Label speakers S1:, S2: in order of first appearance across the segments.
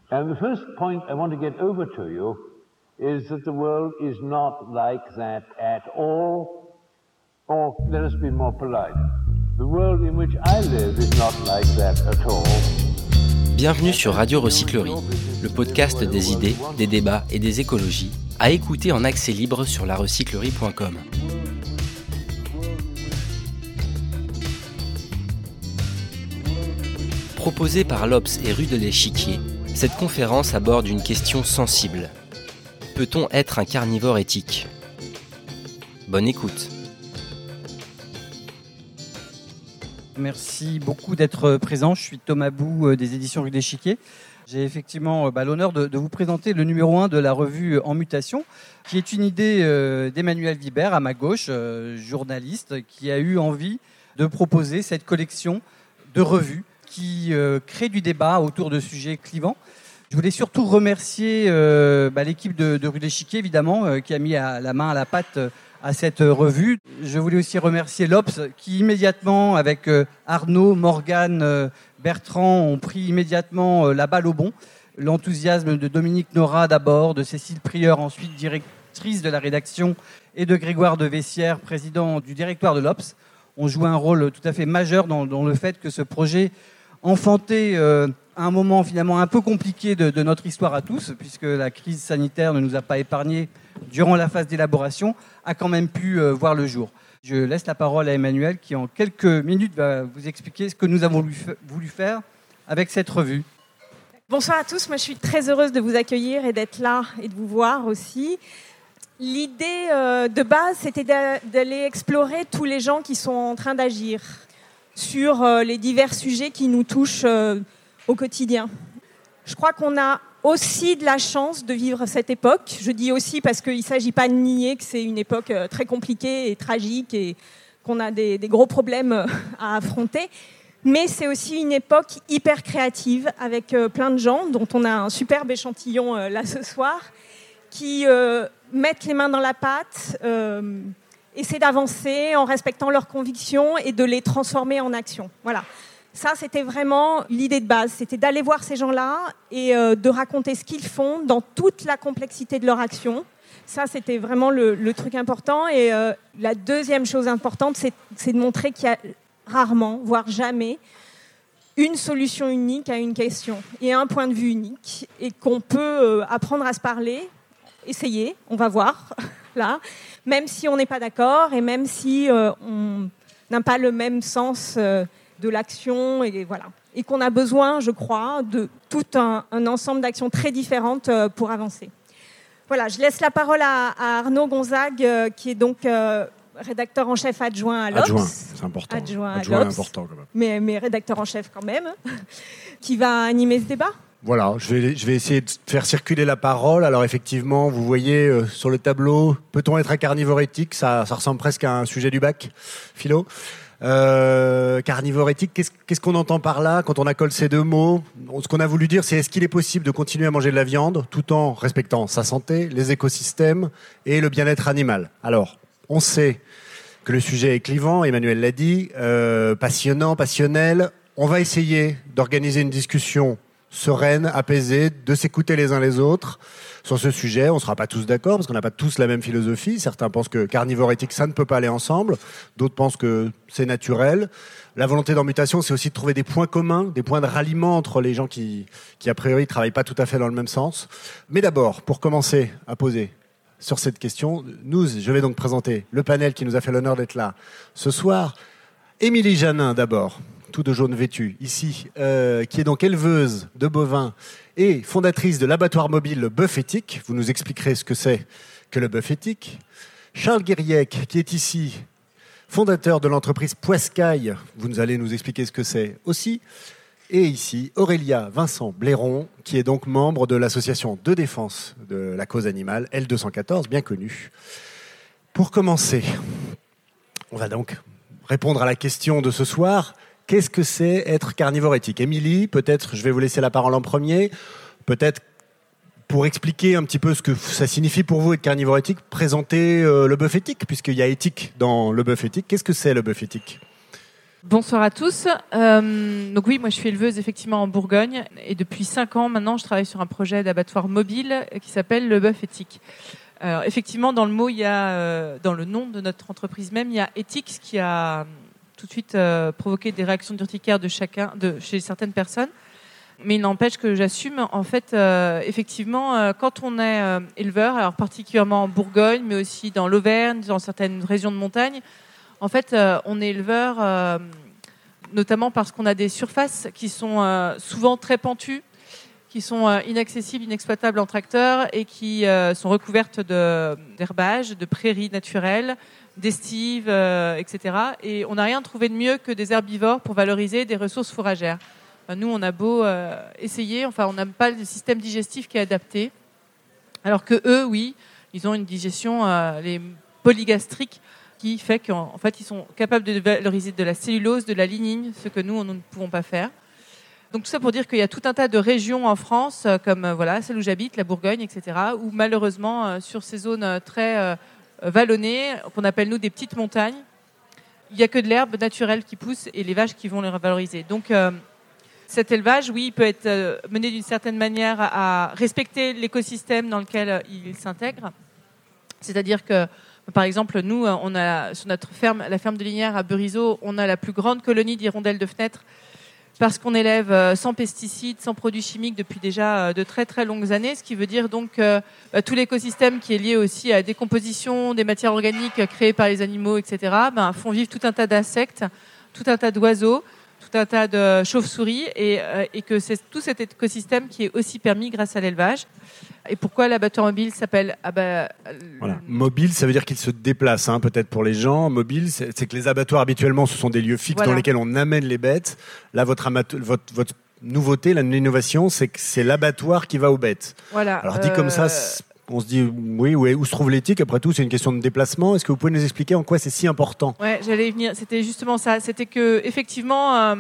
S1: And the first point I want to get over to you is that the world is not like that at all, or let us be more polite. The world in which I live is not like that at all.
S2: Bienvenue sur Radio Recyclerie, le podcast des idées, des débats et des écologies, à écouter en accès libre sur larecyclerie.com. Proposée par l'Obs et Rue de l'Échiquier, cette conférence aborde une question sensible. Peut-on être un carnivore éthique ? Bonne écoute.
S3: Merci beaucoup d'être présent. Je suis Thomas Bou des éditions Rue de l'Échiquier. J'ai effectivement l'honneur de vous présenter le numéro 1 de la revue En Mutation, qui est une idée d'Emmanuel Vibert, à ma gauche, journaliste, qui a eu envie de proposer cette collection de revues qui crée du débat autour de sujets clivants. Je voulais surtout remercier l'équipe de Rue de l'Échiquier, évidemment, qui a mis la main à la pâte à cette revue. Je voulais aussi remercier l'Obs, qui immédiatement, avec Arnaud, Morgane, Bertrand, ont pris immédiatement la balle au bon. L'enthousiasme de Dominique Nora d'abord, de Cécile Prieur ensuite, directrice de la rédaction, et de Grégoire de Vessières, président du directoire de l'Obs, ont joué un rôle tout à fait majeur dans le fait que ce projet enfanté à un moment finalement un peu compliqué de notre histoire à tous, puisque la crise sanitaire ne nous a pas épargnés durant la phase d'élaboration, a quand même pu voir le jour. Je laisse la parole à Emmanuel qui en quelques minutes va vous expliquer ce que nous avons voulu faire avec cette revue.
S4: Bonsoir à tous, moi je suis très heureuse de vous accueillir et d'être là et de vous voir aussi. L'idée de base, c'était d'aller explorer tous les gens qui sont en train d'agir sur les divers sujets qui nous touchent au quotidien. Je crois qu'on a aussi de la chance de vivre cette époque. Je dis aussi parce qu'il ne s'agit pas de nier que c'est une époque très compliquée et tragique et qu'on a des gros problèmes à affronter. Mais c'est aussi une époque hyper créative avec plein de gens dont on a un superbe échantillon là ce soir qui mettent les mains dans la pâte, essaient d'avancer en respectant leurs convictions et de les transformer en action. Voilà. Ça, c'était vraiment l'idée de base. C'était d'aller voir ces gens-là et de raconter ce qu'ils font dans toute la complexité de leur action. Ça, c'était vraiment le truc important. Et la deuxième chose importante, c'est de montrer qu'il y a rarement, voire jamais, une solution unique à une question et un point de vue unique et qu'on peut apprendre à se parler, essayer, on va voir, là, même si on n'est pas d'accord et même si on n'a pas le même sens de l'action et voilà. Et qu'on a besoin, je crois, de tout un ensemble d'actions très différentes pour avancer. Voilà, je laisse la parole à Arnaud Gonzague, qui est donc rédacteur en chef adjoint à l'Obs.
S5: Adjoint, c'est important.
S4: Adjoint
S5: important quand même.
S4: Mais rédacteur en chef quand même, qui va animer ce débat.
S5: Voilà, je vais essayer de faire circuler la parole. Alors effectivement, vous voyez sur le tableau, peut-on être un carnivore éthique ? Ça ressemble presque à un sujet du bac, philo. Carnivore éthique, qu'est-ce qu'on entend par là quand on accole ces deux mots ? Ce qu'on a voulu dire, c'est est-ce qu'il est possible de continuer à manger de la viande tout en respectant sa santé, les écosystèmes et le bien-être animal ? Alors, on sait que le sujet est clivant, Emmanuel l'a dit, passionnant, passionnel. On va essayer d'organiser une discussion sereine, apaisée, de s'écouter les uns les autres sur ce sujet. On ne sera pas tous d'accord parce qu'on n'a pas tous la même philosophie. Certains pensent que carnivore éthique, ça ne peut pas aller ensemble. D'autres pensent que c'est naturel. La volonté d'En Mutation, c'est aussi de trouver des points communs, des points de ralliement entre les gens qui a priori, ne travaillent pas tout à fait dans le même sens. Mais d'abord, pour commencer à poser sur cette question, je vais donc présenter le panel qui nous a fait l'honneur d'être là ce soir. Émilie Janin, d'abord, tout de jaune vêtu, ici, qui est donc éleveuse de bovins et fondatrice de l'abattoir mobile Bœuf Éthique. Vous nous expliquerez ce que c'est que le bœuf éthique. Charles Guiriec, qui est ici, fondateur de l'entreprise Poiscaille. Vous allez nous expliquer ce que c'est aussi. Et ici, Aurélia Vincent Blairon, qui est donc membre de l'association de défense de la cause animale, L214, bien connue. Pour commencer, on va donc répondre à la question de ce soir. Qu'est-ce que c'est être carnivore éthique ? Émilie, peut-être, je vais vous laisser la parole en premier. Peut-être, pour expliquer un petit peu ce que ça signifie pour vous être carnivore éthique, présenter le bœuf éthique, puisqu'il y a éthique dans le bœuf éthique. Qu'est-ce que c'est le bœuf éthique ?
S6: Bonsoir à tous. Donc oui, moi je suis éleveuse effectivement en Bourgogne et depuis 5 ans maintenant je travaille sur un projet d'abattoir mobile qui s'appelle le bœuf éthique. Alors, effectivement dans le mot, il y a, dans le nom de notre entreprise même, il y a éthique, ce qui a tout de suite provoqué des réactions d'urticaire chez certaines personnes. Mais il n'empêche que j'assume en fait effectivement quand on est éleveur, alors particulièrement en Bourgogne mais aussi dans l'Auvergne, dans certaines régions de montagne. En fait, on est éleveur notamment parce qu'on a des surfaces qui sont souvent très pentues, qui sont inaccessibles, inexploitables en tracteur et qui sont recouvertes d'herbages, de prairies naturelles, d'estives, etc. Et on n'a rien trouvé de mieux que des herbivores pour valoriser des ressources fourragères. Nous, on a beau essayer, on n'a pas le système digestif qui est adapté, alors que eux, oui, ils ont une digestion les polygastriques, qui fait qu'en fait, ils sont capables de valoriser de la cellulose, de la lignine, ce que nous ne pouvons pas faire. Donc tout ça pour dire qu'il y a tout un tas de régions en France, comme celle où j'habite, la Bourgogne, etc., où malheureusement, sur ces zones très vallonnées, qu'on appelle nous des petites montagnes, il n'y a que de l'herbe naturelle qui pousse et les vaches qui vont les valoriser. Donc cet élevage, oui, il peut être mené d'une certaine manière à respecter l'écosystème dans lequel il s'intègre. C'est-à-dire que par exemple, nous, on a sur notre ferme, la ferme de Linières à Berizeau, on a la plus grande colonie d'hirondelles de fenêtre parce qu'on élève sans pesticides, sans produits chimiques depuis déjà de très très longues années, ce qui veut dire donc tout l'écosystème qui est lié aussi à la décomposition des matières organiques créées par les animaux, etc., font vivre tout un tas d'insectes, tout un tas d'oiseaux, tout un tas de chauves-souris et que c'est tout cet écosystème qui est aussi permis grâce à l'élevage. Et pourquoi l'abattoir mobile s'appelle
S5: Voilà. Mobile, ça veut dire qu'il se déplace, peut-être pour les gens. Mobile, c'est que les abattoirs, habituellement, ce sont des lieux fixes dans lesquels on amène les bêtes. Là, votre nouveauté, l'innovation, c'est que c'est l'abattoir qui va aux bêtes.
S6: Voilà.
S5: Alors, dit comme ça, on se dit, oui, où se trouve l'éthique ? Après tout, c'est une question de déplacement. Est-ce que vous pouvez nous expliquer en quoi c'est si important ?
S6: Ouais, j'allais y venir. C'était justement ça. C'était que, effectivement,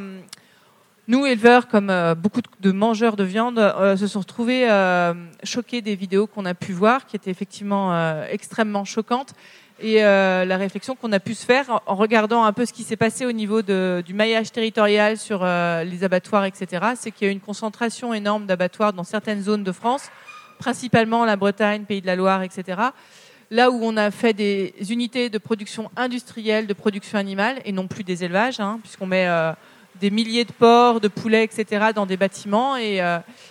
S6: nous, éleveurs, comme beaucoup de mangeurs de viande, se sont retrouvés choqués des vidéos qu'on a pu voir, qui étaient effectivement extrêmement choquantes. Et la réflexion qu'on a pu se faire en regardant un peu ce qui s'est passé au niveau du maillage territorial sur les abattoirs, etc., c'est qu'il y a une concentration énorme d'abattoirs dans certaines zones de France, principalement la Bretagne, Pays de la Loire, etc., là où on a fait des unités de production industrielle, de production animale, et non plus des élevages, puisqu'on met des milliers de porcs, de poulets, etc., dans des bâtiments, et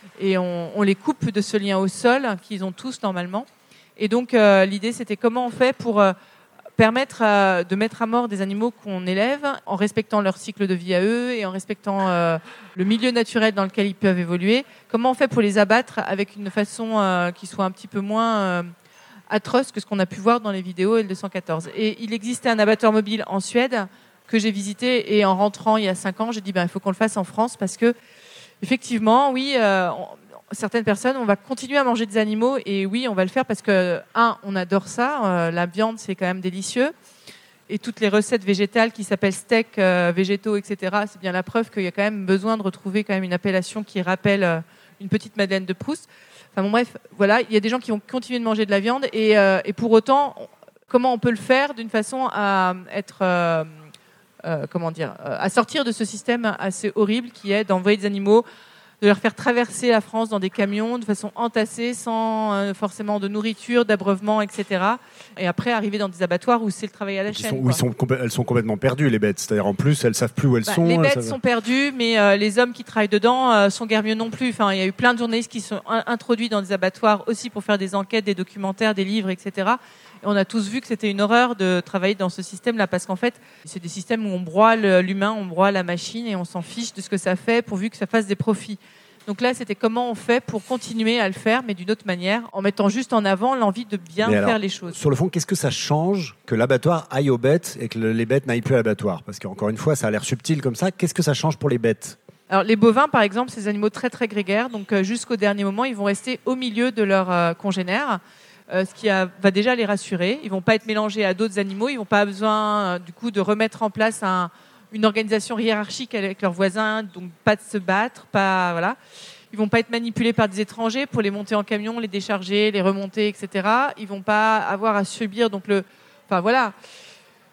S6: on les coupe de ce lien au sol qu'ils ont tous normalement. Et donc l'idée, c'était comment on fait pour permettre de mettre à mort des animaux qu'on élève en respectant leur cycle de vie à eux et en respectant le milieu naturel dans lequel ils peuvent évoluer. Comment on fait pour les abattre avec une façon qui soit un petit peu moins atroce que ce qu'on a pu voir dans les vidéos L214. Et il existait un abattoir mobile en Suède que j'ai visité, et en rentrant il y a 5 ans, j'ai dit il faut qu'on le fasse en France parce que effectivement, oui, certaines personnes, on va continuer à manger des animaux, et oui, on va le faire parce que, on adore ça, la viande, c'est quand même délicieux, et toutes les recettes végétales qui s'appellent steak, végétaux, etc., c'est bien la preuve qu'il y a quand même besoin de retrouver quand même une appellation qui rappelle une petite Madeleine de Proust. Enfin bon, bref, voilà, il y a des gens qui vont continuer de manger de la viande, et pour autant, comment on peut le faire d'une façon à être... à sortir de ce système assez horrible qui est d'envoyer des animaux, de leur faire traverser la France dans des camions de façon entassée, sans forcément de nourriture, d'abreuvement, etc. Et après arriver dans des abattoirs où c'est le travail à la chaîne.
S5: Elles sont complètement perdues, les bêtes. C'est-à-dire en plus, elles savent plus où elles sont.
S6: Les bêtes sont perdues, mais les hommes qui travaillent dedans sont guère mieux non plus. Enfin, il y a eu plein de journalistes qui sont introduits dans des abattoirs aussi pour faire des enquêtes, des documentaires, des livres, etc. Et on a tous vu que c'était une horreur de travailler dans ce système-là, parce qu'en fait, c'est des systèmes où on broie l'humain, on broie la machine, et on s'en fiche de ce que ça fait pourvu que ça fasse des profits. Donc là, c'était comment on fait pour continuer à le faire, mais d'une autre manière, en mettant juste en avant l'envie de bien faire les choses.
S5: Sur le fond, qu'est-ce que ça change que l'abattoir aille aux bêtes et que les bêtes n'aillent plus à l'abattoir ? Parce qu'encore une fois, ça a l'air subtil comme ça. Qu'est-ce que ça change pour les bêtes ?
S6: Alors les bovins, par exemple, c'est des animaux très très grégaires, donc jusqu'au dernier moment, ils vont rester au milieu de leurs congénères. Ce qui va déjà les rassurer. Ils vont pas être mélangés à d'autres animaux. Ils vont pas besoin du coup de remettre en place une organisation hiérarchique avec leurs voisins, donc pas de se battre, pas voilà. Ils vont pas être manipulés par des étrangers pour les monter en camion, les décharger, les remonter, etc. Ils vont pas avoir à subir donc enfin voilà.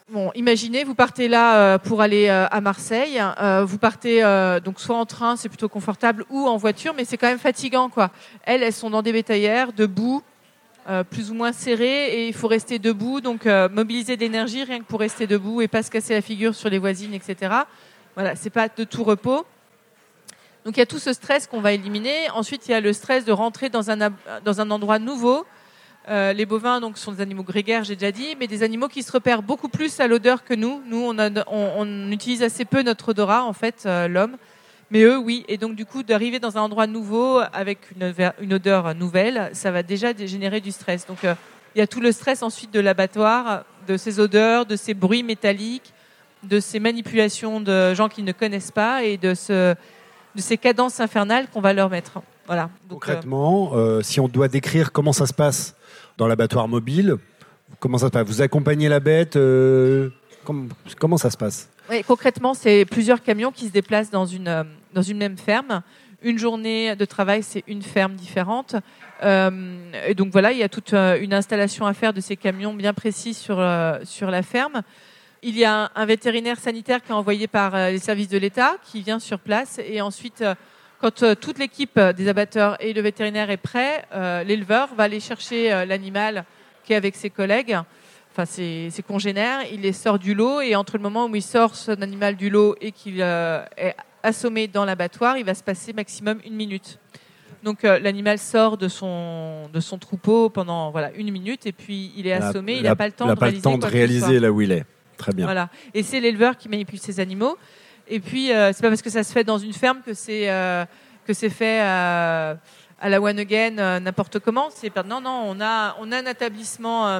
S6: Bon, imaginez, vous partez là pour aller à Marseille. Vous partez donc soit en train, c'est plutôt confortable, ou en voiture, mais c'est quand même fatigant, quoi. Elles sont dans des bétaillères, debout, plus ou moins serrées, et il faut rester debout, donc mobiliser de l'énergie rien que pour rester debout et pas se casser la figure sur les voisines, etc. Voilà, c'est pas de tout repos. Donc il y a tout ce stress qu'on va éliminer. Ensuite, il y a le stress de rentrer dans un endroit nouveau. Les bovins donc, sont des animaux grégaires, j'ai déjà dit, mais des animaux qui se repèrent beaucoup plus à l'odeur que nous. Nous, on utilise assez peu notre odorat, en fait, l'homme. Mais eux, oui. Et donc, du coup, d'arriver dans un endroit nouveau avec une odeur nouvelle, ça va déjà générer du stress. Donc, il y a tout le stress ensuite de l'abattoir, de ces odeurs, de ces bruits métalliques, de ces manipulations de gens qu'ils ne connaissent pas et de ces cadences infernales qu'on va leur mettre. Voilà. Donc,
S5: concrètement, si on doit décrire comment ça se passe dans l'abattoir mobile, comment ça se passe ? Vous accompagnez la bête comment ça se passe ?
S6: Oui, concrètement, c'est plusieurs camions qui se déplacent dans une même ferme. Une journée de travail, c'est une ferme différente. Et donc voilà, il y a toute une installation à faire de ces camions bien précis sur la ferme. Il y a un vétérinaire sanitaire qui est envoyé par les services de l'État, qui vient sur place. Et ensuite, quand toute l'équipe des abatteurs et le vétérinaire est prêt, l'éleveur va aller chercher l'animal qui est avec ses collègues, enfin ses congénères. Il les sort du lot et entre le moment où il sort son animal du lot et qu'il est assommé dans l'abattoir, il va se passer maximum 1 minute. Donc l'animal sort de son troupeau pendant 1 minute et puis il est assommé, il n'a pas le temps de réaliser
S5: là où il est. Très bien.
S6: Voilà. Et c'est l'éleveur qui manipule ces animaux. Et puis c'est pas parce que ça se fait dans une ferme que c'est fait à la one again n'importe comment. Non, on a un établissement,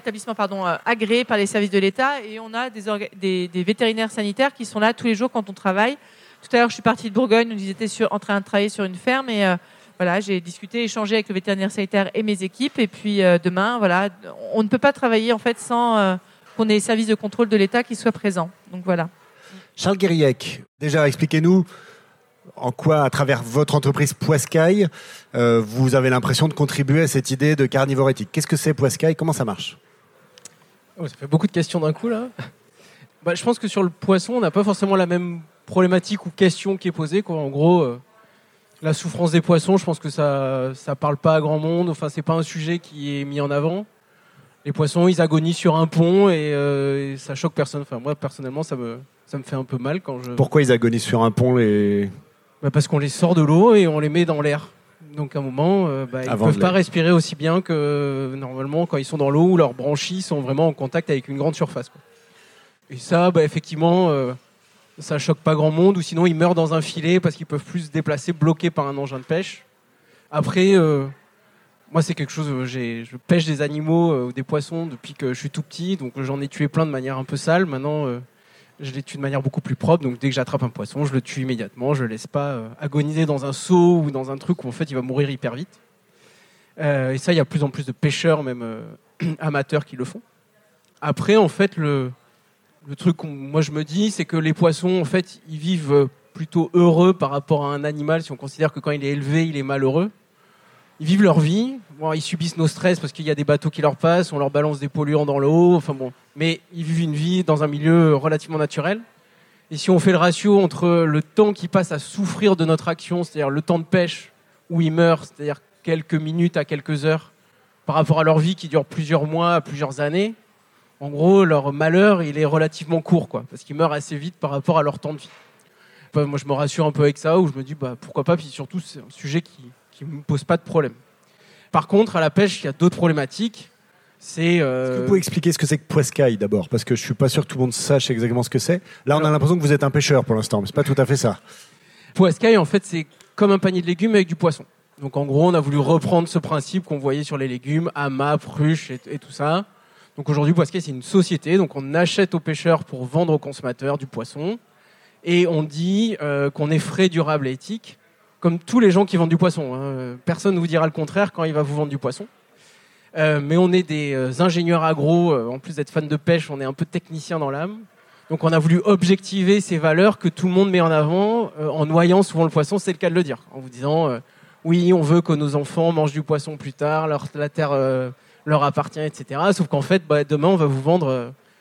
S6: agréé par les services de l'État et on a des vétérinaires sanitaires qui sont là tous les jours quand on travaille. Tout à l'heure, je suis partie de Bourgogne, nous étions en train de travailler sur une ferme et j'ai discuté, échangé avec le vétérinaire sanitaire et mes équipes. Et puis demain, on ne peut pas travailler en fait sans qu'on ait les services de contrôle de l'État qui soient présents. Donc voilà.
S5: Charles Guériec, déjà expliquez-nous en quoi, à travers votre entreprise Poiscaille, vous avez l'impression de contribuer à cette idée de carnivore éthique. Qu'est-ce que c'est Poiscaille ? Comment ça marche ?
S7: Ça fait beaucoup de questions d'un coup là. Je pense que sur le poisson, on n'a pas forcément la même problématique ou question qui est posée, quoi. En gros, la souffrance des poissons, je pense que ça parle pas à grand monde. Enfin, c'est pas un sujet qui est mis en avant. Les poissons, ils agonisent sur un pont et ça choque personne. Enfin, moi, personnellement, ça me fait un peu mal quand je...
S5: Pourquoi ils agonisent sur un pont
S7: parce qu'on les sort de l'eau et on les met dans l'air. Donc à un moment, ils ne peuvent pas respirer aussi bien que normalement quand ils sont dans l'eau où leurs branchies sont vraiment en contact avec une grande surface, quoi. Et ça, effectivement, ça choque pas grand monde. Ou sinon, ils meurent dans un filet parce qu'ils peuvent plus se déplacer bloqués par un engin de pêche. Après... moi, c'est quelque chose. Je pêche des animaux, des poissons depuis que je suis tout petit, donc j'en ai tué plein de manière un peu sale. Maintenant, je les tue de manière beaucoup plus propre. Donc, dès que j'attrape un poisson, je le tue immédiatement. Je le laisse pas agoniser dans un seau ou dans un truc où en fait il va mourir hyper vite. Et ça, il y a de plus en plus de pêcheurs, même amateurs, qui le font. Après, en fait, le truc, moi, je me dis, c'est que les poissons, en fait, ils vivent plutôt heureux par rapport à un animal. Si on considère que quand il est élevé, il est malheureux. Ils vivent leur vie. Bon, ils subissent nos stress parce qu'il y a des bateaux qui leur passent, on leur balance des polluants dans l'eau. Enfin bon, mais ils vivent une vie dans un milieu relativement naturel. Et si on fait le ratio entre le temps qu'ils passent à souffrir de notre action, c'est-à-dire le temps de pêche où ils meurent, c'est-à-dire quelques minutes à quelques heures, par rapport à leur vie qui dure plusieurs mois à plusieurs années, en gros, leur malheur, il est relativement court, quoi, parce qu'ils meurent assez vite par rapport à leur temps de vie. Enfin, moi, je me rassure un peu avec ça, où je me dis, pourquoi pas, puis surtout, c'est un sujet qui ne me pose pas de problème. Par contre, à la pêche, il y a d'autres problématiques. Est-ce
S5: que vous pouvez expliquer ce que c'est que Poiscaille d'abord ? Parce que je ne suis pas sûr que tout le monde sache exactement ce que c'est. Là, on a l'impression que vous êtes un pêcheur pour l'instant, mais ce n'est pas tout à fait ça.
S7: Poiscaille, en fait, c'est comme un panier de légumes avec du poisson. Donc, en gros, on a voulu reprendre ce principe qu'on voyait sur les légumes, amas, ruches et tout ça. Donc, aujourd'hui, Poiscaille, c'est une société. Donc, on achète aux pêcheurs pour vendre aux consommateurs du poisson. Et on dit qu'on est frais, durable et éthique. Comme tous les gens qui vendent du poisson. Personne ne vous dira le contraire quand il va vous vendre du poisson. Mais on est des ingénieurs agro. En plus d'être fans de pêche, on est un peu techniciens dans l'âme. Donc on a voulu objectiver ces valeurs que tout le monde met en avant en noyant souvent le poisson, c'est le cas de le dire. En vous disant, oui, on veut que nos enfants mangent du poisson plus tard, la terre leur appartient, etc. Sauf qu'en fait, demain, on va vous vendre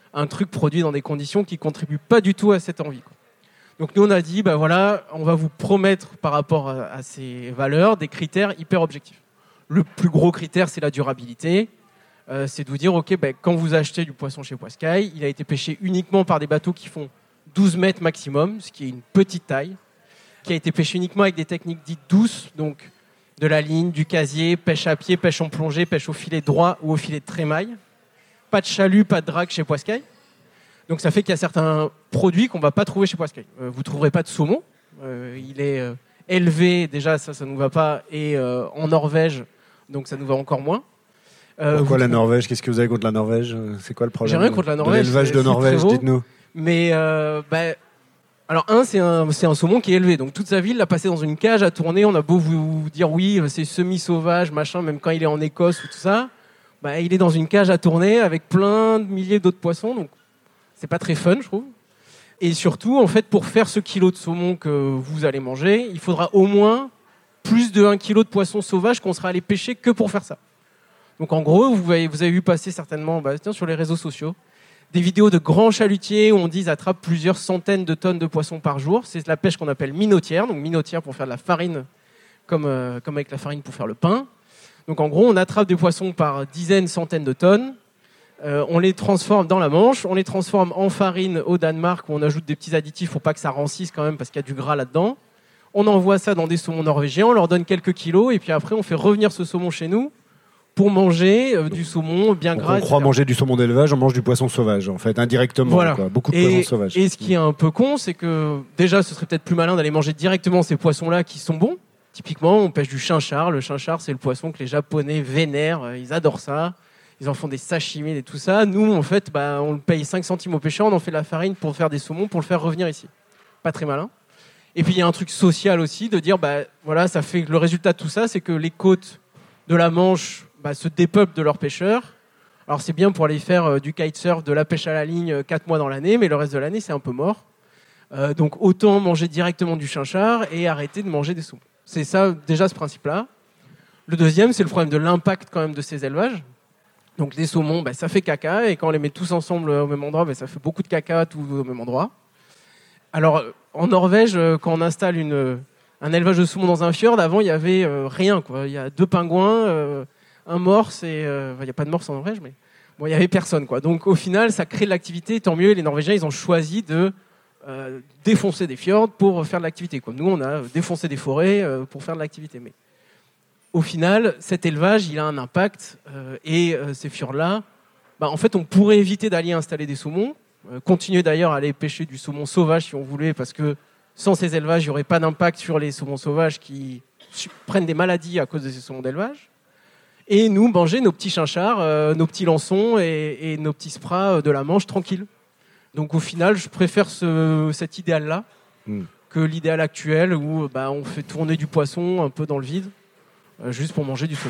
S7: un truc produit dans des conditions qui contribuent pas du tout à cette envie, quoi. Donc nous on a dit, on va vous promettre par rapport à ces valeurs des critères hyper objectifs. Le plus gros critère, c'est la durabilité. C'est de vous dire, quand vous achetez du poisson chez Poiscaille, il a été pêché uniquement par des bateaux qui font 12 mètres maximum, ce qui est une petite taille, qui a été pêché uniquement avec des techniques dites douces, donc de la ligne, du casier, pêche à pied, pêche en plongée, pêche au filet droit ou au filet de trémaille. Pas de chalut, pas de drague chez Poiscaille. Donc ça fait qu'il y a certains produits qu'on ne va pas trouver chez Poiscaille. Vous ne trouverez pas de saumon. Il est élevé, déjà ça ne nous va pas, et en Norvège, donc ça nous va encore moins.
S5: Pourquoi la Norvège ? Qu'est-ce que vous avez contre la Norvège ? C'est quoi le problème ?
S7: J'ai rien contre la Norvège.
S5: L'élevage de Norvège, dites-nous.
S7: Mais alors c'est un saumon qui est élevé. Donc toute sa vie, il l'a passé dans une cage à tourner. On a beau vous dire oui, c'est semi-sauvage, machin, même quand il est en Écosse ou tout ça, il est dans une cage à tourner avec plein de milliers d'autres poissons. Donc c'est pas très fun, je trouve. Et surtout, en fait, pour faire ce kilo de saumon que vous allez manger, il faudra au moins plus de 1 kilo de poisson sauvage qu'on sera allé pêcher que pour faire ça. Donc en gros, vous avez vu passer certainement sur les réseaux sociaux des vidéos de grands chalutiers où on dit qu'ils attrapent plusieurs centaines de tonnes de poissons par jour. C'est la pêche qu'on appelle minotière. Donc minotière pour faire de la farine, comme avec la farine pour faire le pain. Donc en gros, on attrape des poissons par dizaines, centaines de tonnes. On les transforme dans la Manche, on les transforme en farine au Danemark où on ajoute des petits additifs pour pas que ça rancisse quand même parce qu'il y a du gras là-dedans. On envoie ça dans des saumons norvégiens, on leur donne quelques kilos et puis après on fait revenir ce saumon chez nous pour manger du saumon bien gras.
S5: On croit manger du saumon d'élevage, on mange du poisson sauvage en fait, indirectement.
S7: Voilà.
S5: Quoi. Beaucoup de poissons sauvages.
S7: Et ce qui est un peu con, c'est que déjà ce serait peut-être plus malin d'aller manger directement ces poissons-là qui sont bons. Typiquement, on pêche du chinchard. Le chinchard, c'est le poisson que les Japonais vénèrent, ils adorent ça. Ils en font des sashimi et tout ça. Nous, en fait, on le paye 5 centimes au pêcheur, on en fait de la farine pour faire des saumons, pour le faire revenir ici. Pas très malin. Et puis, il y a un truc social aussi, de dire, ça fait que le résultat de tout ça, c'est que les côtes de la Manche se dépeuplent de leurs pêcheurs. Alors, c'est bien pour aller faire du kitesurf, de la pêche à la ligne 4 mois dans l'année, mais le reste de l'année, c'est un peu mort. Donc, autant manger directement du chinchard et arrêter de manger des saumons. C'est ça, déjà, ce principe-là. Le deuxième, c'est le problème de l'impact quand même de ces élevages. Donc les saumons, ça fait caca, et quand on les met tous ensemble au même endroit, ça fait beaucoup de caca tout au même endroit. Alors en Norvège, quand on installe un élevage de saumon dans un fjord, avant il y avait rien, quoi. Il y a 2 pingouins, un morse et il n'y a pas de morse en Norvège, mais il y avait personne, quoi. Donc au final, ça crée de l'activité, tant mieux. Les Norvégiens, ils ont choisi de défoncer des fjords pour faire de l'activité, quoi. Nous, on a défoncé des forêts pour faire de l'activité, mais au final, cet élevage, il a un impact et ces fjords-là, en fait, on pourrait éviter d'aller installer des saumons, continuer d'ailleurs à aller pêcher du saumon sauvage si on voulait, parce que sans ces élevages, il n'y aurait pas d'impact sur les saumons sauvages qui prennent des maladies à cause de ces saumons d'élevage. Et nous, manger nos petits chinchards, nos petits lançons et nos petits spras de la Manche tranquille. Donc au final, je préfère cet idéal-là que l'idéal actuel où on fait tourner du poisson un peu dans le vide. Juste pour manger du saumon.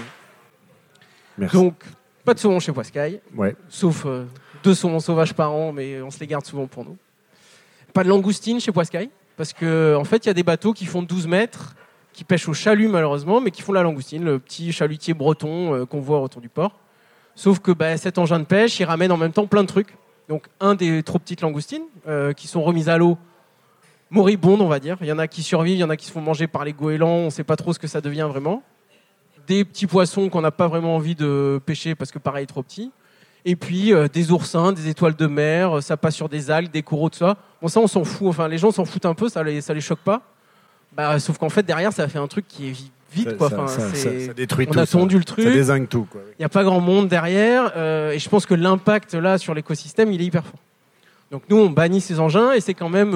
S5: Merci.
S7: Donc, pas de saumon chez Poiscaille,
S5: sauf
S7: 2 saumons sauvages par an, mais on se les garde souvent pour nous. Pas de langoustine chez Poiscaille, parce qu'en fait, il y a des bateaux qui font 12 mètres, qui pêchent au chalut malheureusement, mais qui font la langoustine, le petit chalutier breton qu'on voit autour du port. Sauf que cet engin de pêche, il ramène en même temps plein de trucs. Donc, des trop petites langoustines qui sont remises à l'eau, moribondes, on va dire. Il y en a qui survivent, il y en a qui se font manger par les goélands, on ne sait pas trop ce que ça devient vraiment. Des petits poissons qu'on n'a pas vraiment envie de pêcher parce que pareil, trop petits. Et puis des oursins, des étoiles de mer, ça passe sur des algues, des coraux, tout ça. Bon, ça, on s'en fout. Enfin, les gens s'en foutent un peu, ça les choque pas. Sauf qu'en fait, derrière, ça fait un truc qui est vide, quoi.
S5: Ça détruit tout.
S7: On a tondu le truc.
S5: Ça dézingue tout, quoi.
S7: Il n'y a pas grand monde derrière. Et je pense que l'impact, là, sur l'écosystème, il est hyper fort. Donc nous, on bannit ces engins et c'est quand même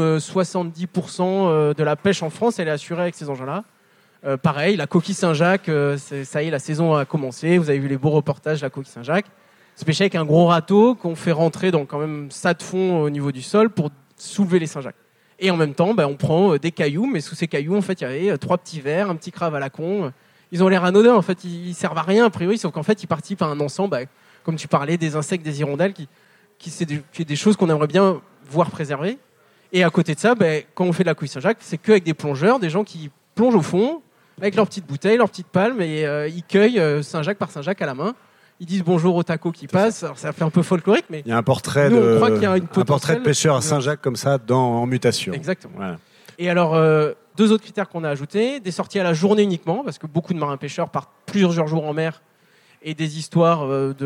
S7: 70% de la pêche en France, elle est assurée avec ces engins-là. Pareil, la coquille Saint-Jacques, ça y est, la saison a commencé. Vous avez vu les beaux reportages de la coquille Saint-Jacques. C'est pêché avec un gros râteau qu'on fait rentrer dans quand même ça de fond au niveau du sol pour soulever les Saint-Jacques. Et en même temps, on prend des cailloux, mais sous ces cailloux, en fait, il y avait 3 petits vers, un petit crabe à la con. Ils ont l'air anodins, en fait, ils servent à rien a priori, sauf qu'en fait, ils participent à un ensemble, comme tu parlais, des insectes, des hirondelles, qui est des choses qu'on aimerait bien voir préservées. Et à côté de ça, quand on fait de la coquille Saint-Jacques, c'est qu'avec des plongeurs, des gens qui plongent au fond, avec leurs petites bouteilles, leurs petites palmes, et ils cueillent Saint-Jacques par Saint-Jacques à la main. ils disent bonjour aux tacos qui passent. Alors, ça fait un peu folklorique, mais
S5: il y a un portrait de pêcheur à Saint-Jacques comme ça en mutation.
S7: Exactement. Voilà. Et alors, 2 autres critères qu'on a ajoutés, des sorties à la journée uniquement, parce que beaucoup de marins-pêcheurs partent plusieurs jours en mer, et des histoires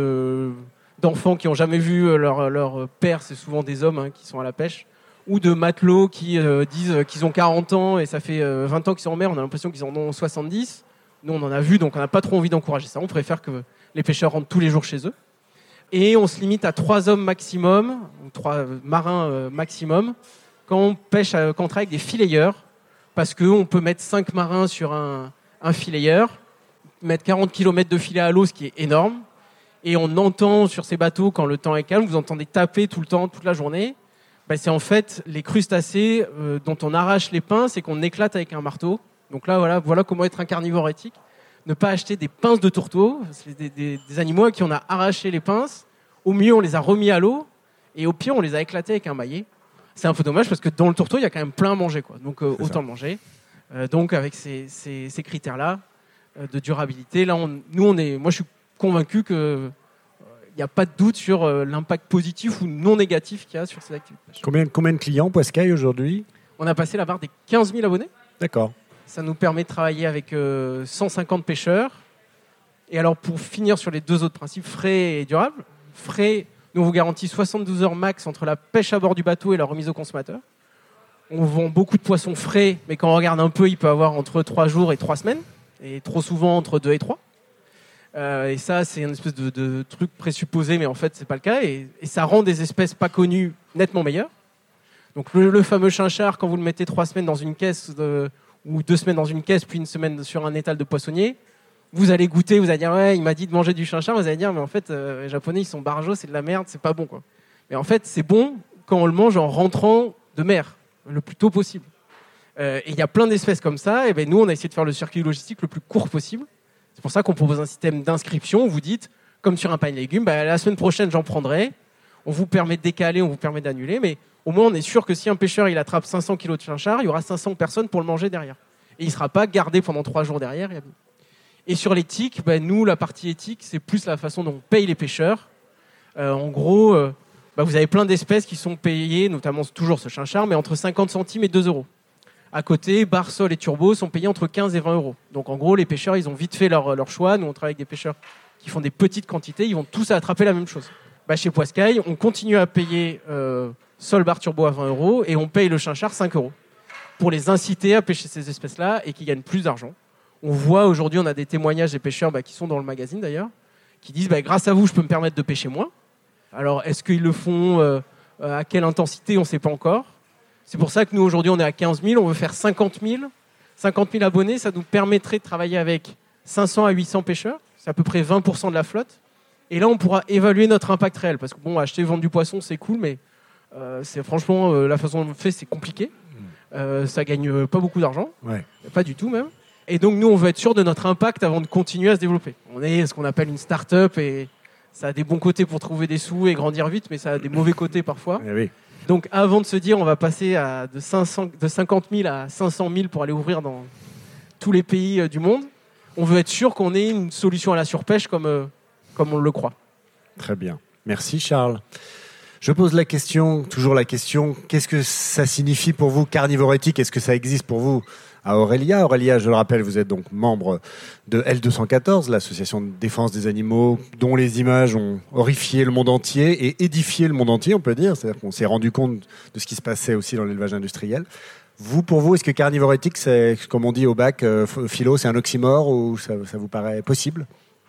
S7: d'enfants qui n'ont jamais vu leur père, c'est souvent des hommes qui sont à la pêche, ou de matelots qui disent qu'ils ont 40 ans et ça fait 20 ans qu'ils sont en mer, on a l'impression qu'ils en ont 70. Nous, on en a vu, donc on n'a pas trop envie d'encourager ça. On préfère que les pêcheurs rentrent tous les jours chez eux. Et on se limite à 3 hommes maximum, ou 3 marins maximum, quand on travaille avec des fileyeurs, parce qu'on peut mettre 5 marins sur un fileyeur, mettre 40 km de filet à l'eau, ce qui est énorme. Et on entend sur ces bateaux, quand le temps est calme, vous entendez taper tout le temps, toute la journée. C'est en fait les crustacés dont on arrache les pinces et qu'on éclate avec un marteau. Donc là, voilà comment être un carnivore éthique. Ne pas acheter des pinces de tourteau. C'est des animaux à qui on a arraché les pinces. Au mieux, on les a remis à l'eau. Et au pire, on les a éclatés avec un maillet. C'est un peu dommage parce que dans le tourteau, il y a quand même plein à manger, quoi. Donc autant le manger. Donc avec ces critères-là de durabilité, là, moi je suis convaincu que il n'y a pas de doute sur l'impact positif ou non négatif qu'il y a sur ces activités.
S5: Combien de clients Poiscaille aujourd'hui ?
S7: On a passé la barre des 15 000 abonnés.
S5: D'accord.
S7: Ça nous permet de travailler avec 150 pêcheurs. Et alors, pour finir sur les 2 autres principes, frais et durables, frais, nous on vous garantit 72 heures max entre la pêche à bord du bateau et la remise au consommateur. On vend beaucoup de poissons frais, mais quand on regarde un peu, il peut avoir entre 3 jours et 3 semaines, et trop souvent entre 2 et 3. Et ça, c'est une espèce de truc présupposé, mais en fait, c'est pas le cas. Et ça rend des espèces pas connues nettement meilleures. Donc le fameux chinchard, quand vous le mettez 3 semaines dans une caisse, ou 2 semaines dans une caisse, puis 1 semaine sur un étal de poissonnier, vous allez goûter, vous allez dire ouais, il m'a dit de manger du chinchard, vous allez dire mais en fait, les Japonais, ils sont barjots, c'est de la merde, c'est pas bon, quoi. Mais en fait, c'est bon quand on le mange en rentrant de mer, le plus tôt possible. Et il y a plein d'espèces comme ça, et nous, on a essayé de faire le circuit logistique le plus court possible. C'est pour ça qu'on propose un système d'inscription. Vous dites, comme sur un panier de légumes, la semaine prochaine, j'en prendrai. On vous permet de décaler, on vous permet d'annuler. Mais au moins, on est sûr que si un pêcheur il attrape 500 kg de chinchard, il y aura 500 personnes pour le manger derrière. Et il ne sera pas gardé pendant 3 jours derrière. Et sur l'éthique, nous, la partie éthique, c'est plus la façon dont on paye les pêcheurs. En gros, vous avez plein d'espèces qui sont payées, notamment toujours ce chinchard, mais entre 50 centimes et 2 euros. À côté, bar, sol et turbo sont payés entre 15 et 20 euros. Donc en gros, les pêcheurs, ils ont vite fait leur choix. Nous, on travaille avec des pêcheurs qui font des petites quantités. Ils vont tous attraper la même chose. Chez Poiscaille, on continue à payer sol, bar, turbo à 20 euros et on paye le chinchard 5 euros pour les inciter à pêcher ces espèces-là et qu'ils gagnent plus d'argent. On voit aujourd'hui, on a des témoignages des pêcheurs qui sont dans le magazine d'ailleurs, qui disent grâce à vous, je peux me permettre de pêcher moins. Alors, est-ce qu'ils le font à quelle intensité ? On ne sait pas encore. C'est pour ça que nous, aujourd'hui, on est à 15 000. On veut faire 50 000. 50 000 abonnés, ça nous permettrait de travailler avec 500 à 800 pêcheurs. C'est à peu près 20% de la flotte. Et là, on pourra évaluer notre impact réel. Parce que acheter, vendre du poisson, c'est cool, mais c'est franchement, la façon dont on le fait, c'est compliqué. Ça gagne pas beaucoup d'argent. Ouais. Pas du tout, même. Et donc, nous, on veut être sûr de notre impact avant de continuer à se développer. On est ce qu'on appelle une start-up et ça a des bons côtés pour trouver des sous et grandir vite, mais ça a des mauvais côtés parfois. Oui. Donc, avant de se dire on va passer de 50 000 à 500 000 pour aller ouvrir dans tous les pays du monde, on veut être sûr qu'on ait une solution à la surpêche comme on le croit.
S5: Très bien. Merci Charles. Je pose toujours la question, qu'est-ce que ça signifie pour vous, carnivore éthique ? Est-ce que ça existe pour vous à Aurélia ? Aurélia, je le rappelle, vous êtes donc membre de L214, l'association de défense des animaux, dont les images ont horrifié le monde entier et édifié le monde entier, on peut dire. C'est-à-dire qu'on s'est rendu compte de ce qui se passait aussi dans l'élevage industriel. Pour vous, est-ce que carnivore éthique, c'est, comme on dit au bac, philo, c'est un oxymore ou ça vous paraît possible ?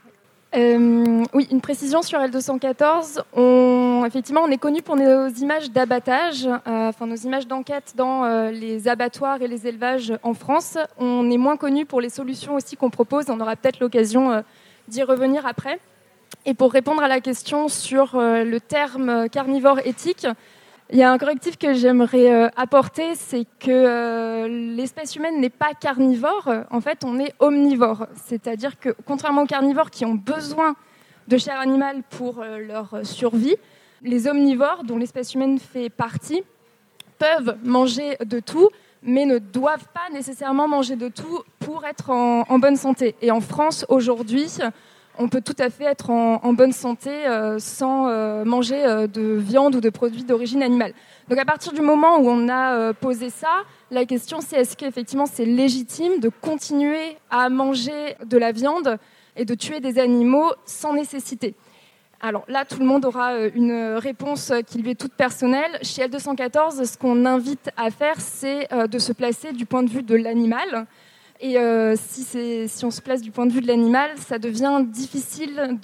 S8: Oui, une précision sur L214. Effectivement, on est connu pour nos images d'abattage, nos images d'enquête dans les abattoirs et les élevages en France. On est moins connu pour les solutions aussi qu'on propose. On aura peut-être l'occasion d'y revenir après. Et pour répondre à la question sur le terme carnivore éthique, il y a un correctif que j'aimerais apporter, c'est que l'espèce humaine n'est pas carnivore. En fait, on est omnivore. C'est-à-dire que, contrairement aux carnivores qui ont besoin de chair animale pour leur survie, les omnivores, dont l'espèce humaine fait partie, peuvent manger de tout, mais ne doivent pas nécessairement manger de tout pour être en bonne santé. Et en France, aujourd'hui, on peut tout à fait être en bonne santé sans manger de viande ou de produits d'origine animale. Donc à partir du moment où on a posé ça, la question c'est est-ce qu'effectivement c'est légitime de continuer à manger de la viande et de tuer des animaux sans nécessité ? Alors là, tout le monde aura une réponse qui lui est toute personnelle. Chez L214, ce qu'on invite à faire, c'est de se placer du point de vue de l'animal. Et si on se place du point de vue de l'animal, ça devient difficile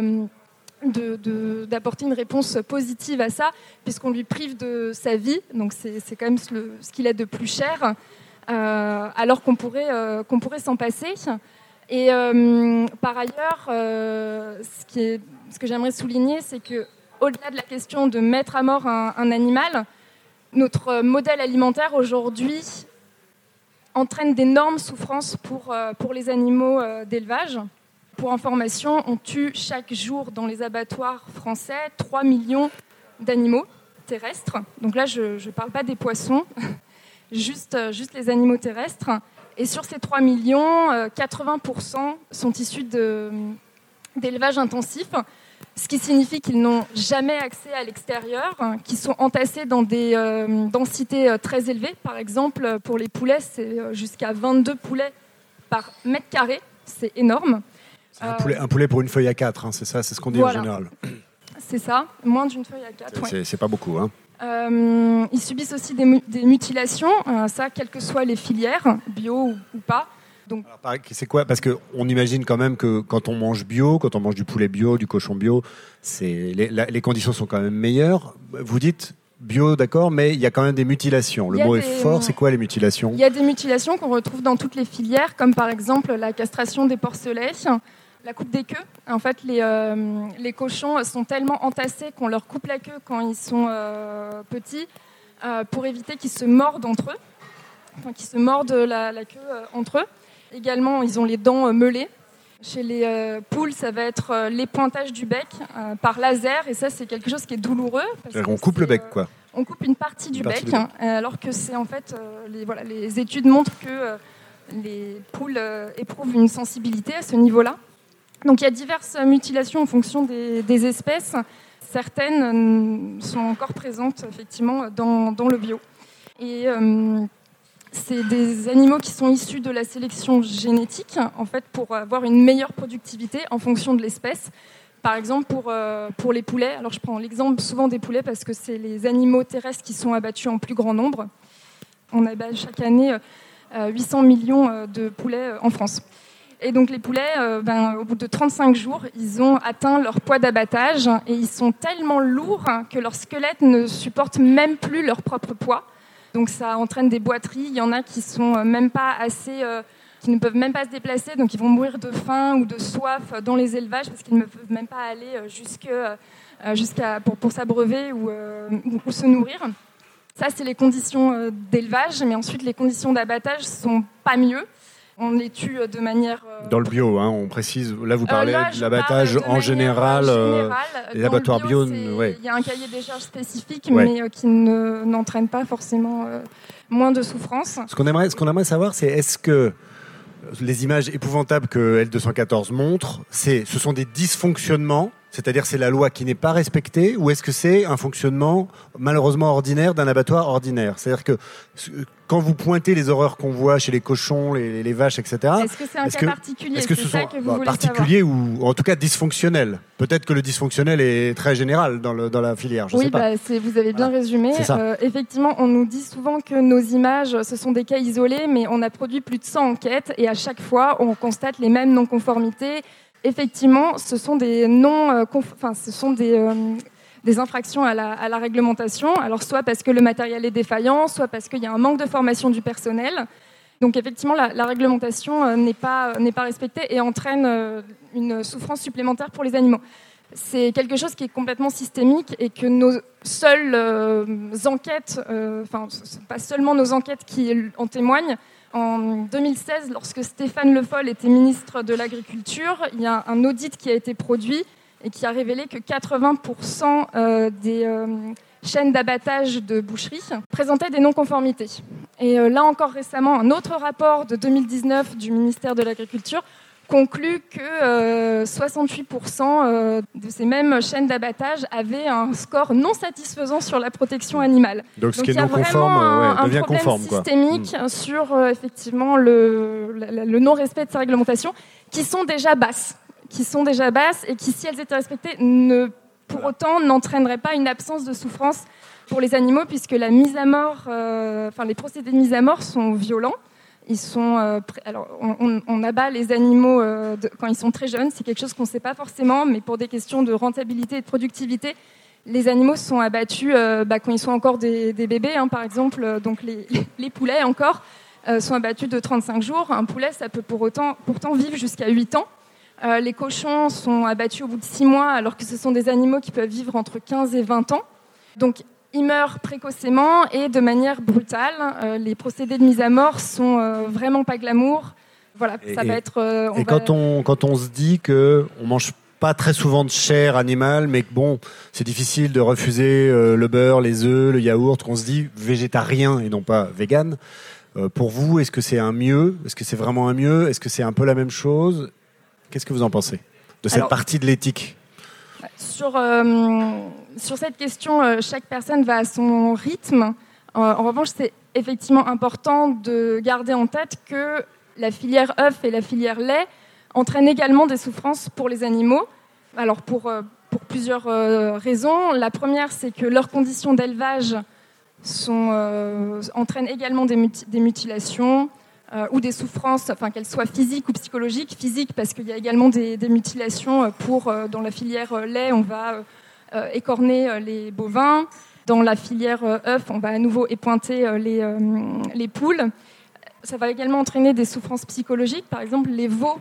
S8: d'apporter une réponse positive à ça, puisqu'on lui prive de sa vie. Donc c'est quand même ce qu'il a de plus cher, alors qu'on pourrait s'en passer. Et par ailleurs, ce que j'aimerais souligner, c'est que au-delà de la question de mettre à mort un animal, notre modèle alimentaire aujourd'hui entraîne d'énormes souffrances pour les animaux d'élevage. Pour information, on tue chaque jour dans les abattoirs français 3 millions d'animaux terrestres. Donc là, je ne parle pas des poissons, juste les animaux terrestres. Et sur ces 3 millions, 80% sont issus d'élevage intensif, ce qui signifie qu'ils n'ont jamais accès à l'extérieur, qu'ils sont entassés dans des densités très élevées. Par exemple, pour les poulets, c'est jusqu'à 22 poulets par mètre carré. C'est énorme.
S5: C'est un poulet pour une feuille à 4, c'est ça, c'est ce qu'on dit en général.
S8: C'est ça, moins d'une feuille à 4.
S5: C'est pas beaucoup.
S8: Ils subissent aussi des mutilations, ça, quelles que soient les filières, bio ou pas. Donc...
S5: Alors, c'est quoi ? Parce qu'on imagine quand même que quand on mange bio, quand on mange du poulet bio, du cochon bio, les conditions sont quand même meilleures. Vous dites bio, d'accord, mais il y a quand même des mutilations. Le mot est fort, c'est quoi les mutilations ? Il
S8: y a des mutilations qu'on retrouve dans toutes les filières, comme par exemple la castration des porcelets, la coupe des queues. En fait, les cochons sont tellement entassés qu'on leur coupe la queue quand ils sont petits pour éviter qu'ils se mordent entre eux, qu'ils se mordent la queue entre eux. Également, ils ont les dents meulées. Chez les poules, ça va être les pointages du bec par laser, et ça, c'est quelque chose qui est douloureux.
S5: On coupe le bec, quoi.
S8: On coupe une partie du bec, alors que c'est en fait, les études montrent que les poules éprouvent une sensibilité à ce niveau-là. Donc il y a diverses mutilations en fonction des espèces. Certaines sont encore présentes effectivement dans le bio. Et c'est des animaux qui sont issus de la sélection génétique, en fait, pour avoir une meilleure productivité en fonction de l'espèce. Par exemple, pour les poulets, alors je prends l'exemple souvent des poulets parce que c'est les animaux terrestres qui sont abattus en plus grand nombre. On abat chaque année 800 millions de poulets en France. Et donc les poulets, au bout de 35 jours, ils ont atteint leur poids d'abattage et ils sont tellement lourds que leur squelette ne supporte même plus leur propre poids. Donc ça entraîne des boiteries. Il y en a qui sont même pas assez, qui ne peuvent même pas se déplacer, donc ils vont mourir de faim ou de soif dans les élevages parce qu'ils ne peuvent même pas aller jusqu'à pour s'abreuver ou se nourrir. Ça, c'est les conditions d'élevage, mais ensuite les conditions d'abattage sont pas mieux. On les tue de manière...
S5: Dans le bio, on précise. Là, vous parlez de l'abattage en général. Les abattoirs bio,
S8: il y a un cahier des charges spécifique, mais qui n'entraîne pas forcément moins de souffrance.
S5: Ce qu'on aimerait savoir, c'est est-ce que les images épouvantables que L214 montre, ce sont des dysfonctionnements, c'est-à-dire c'est la loi qui n'est pas respectée, ou est-ce que c'est un fonctionnement malheureusement ordinaire d'un abattoir ordinaire ? C'est-à-dire que quand vous pointez les horreurs qu'on voit chez les cochons, les vaches, etc.
S8: Est-ce que c'est un cas particulier ?
S5: Est-ce que ce sont particuliers ou en tout cas dysfonctionnels ? Peut-être que le dysfonctionnel est très général dans la filière, je ne sais pas.
S8: Vous avez bien résumé. Effectivement, on nous dit souvent que nos images, ce sont des cas isolés, mais on a produit plus de 100 enquêtes et à chaque fois, on constate les mêmes non-conformités. Effectivement, ce sont des des infractions à la réglementation. Alors soit parce que le matériel est défaillant, soit parce qu'il y a un manque de formation du personnel. Donc effectivement, la réglementation n'est pas respectée et entraîne une souffrance supplémentaire pour les animaux. C'est quelque chose qui est complètement systémique et que nos seules enquêtes, pas seulement nos enquêtes qui en témoignent. En 2016, lorsque Stéphane Le Foll était ministre de l'Agriculture, il y a un audit qui a été produit et qui a révélé que 80% des chaînes d'abattage de boucherie présentaient des non-conformités. Et là encore récemment, un autre rapport de 2019 du ministère de l'Agriculture conclut que 68% de ces mêmes chaînes d'abattage avaient un score non satisfaisant sur la protection animale.
S5: Donc ce qui est
S8: il y a
S5: non conforme devient
S8: un problème
S5: conforme.
S8: Systémique sur effectivement le non-respect de ces réglementations qui sont déjà basses et qui, si elles étaient respectées, pour autant n'entraîneraient pas une absence de souffrance pour les animaux, puisque la mise à mort, les procédés de mise à mort sont violents. Ils sont, on abat les animaux quand ils sont très jeunes. C'est quelque chose qu'on ne sait pas forcément, mais pour des questions de rentabilité et de productivité, les animaux sont abattus quand ils sont encore des bébés, par exemple. Donc les poulets encore sont abattus de 35 jours. Un poulet, ça peut pourtant vivre jusqu'à 8 ans. Les cochons sont abattus au bout de 6 mois, alors que ce sont des animaux qui peuvent vivre entre 15 et 20 ans. Donc ils meurent précocement et de manière brutale. Les procédés de mise à mort sont vraiment pas glamour. Voilà, ça va être.
S5: Quand on se dit que on mange pas très souvent de chair animale, mais que bon, c'est difficile de refuser le beurre, les œufs, le yaourt, qu'on se dit végétarien et non pas vegan. Pour vous, est-ce que c'est un mieux ? Est-ce que c'est vraiment un mieux ? Est-ce que c'est un peu la même chose ? Qu'est-ce que vous en pensez de cette partie de l'éthique ?
S8: Sur cette question, chaque personne va à son rythme. En revanche, c'est effectivement important de garder en tête que la filière œufs et la filière lait entraînent également des souffrances pour les animaux. Alors pour plusieurs raisons. La première, c'est que leurs conditions d'élevage entraînent également des mutilations ou des souffrances, qu'elles soient physiques ou psychologiques. Physiques parce qu'il y a également des mutilations dans la filière lait, on va écorner les bovins. Dans la filière œufs, on va à nouveau épointer les poules. Ça va également entraîner des souffrances psychologiques. Par exemple, les veaux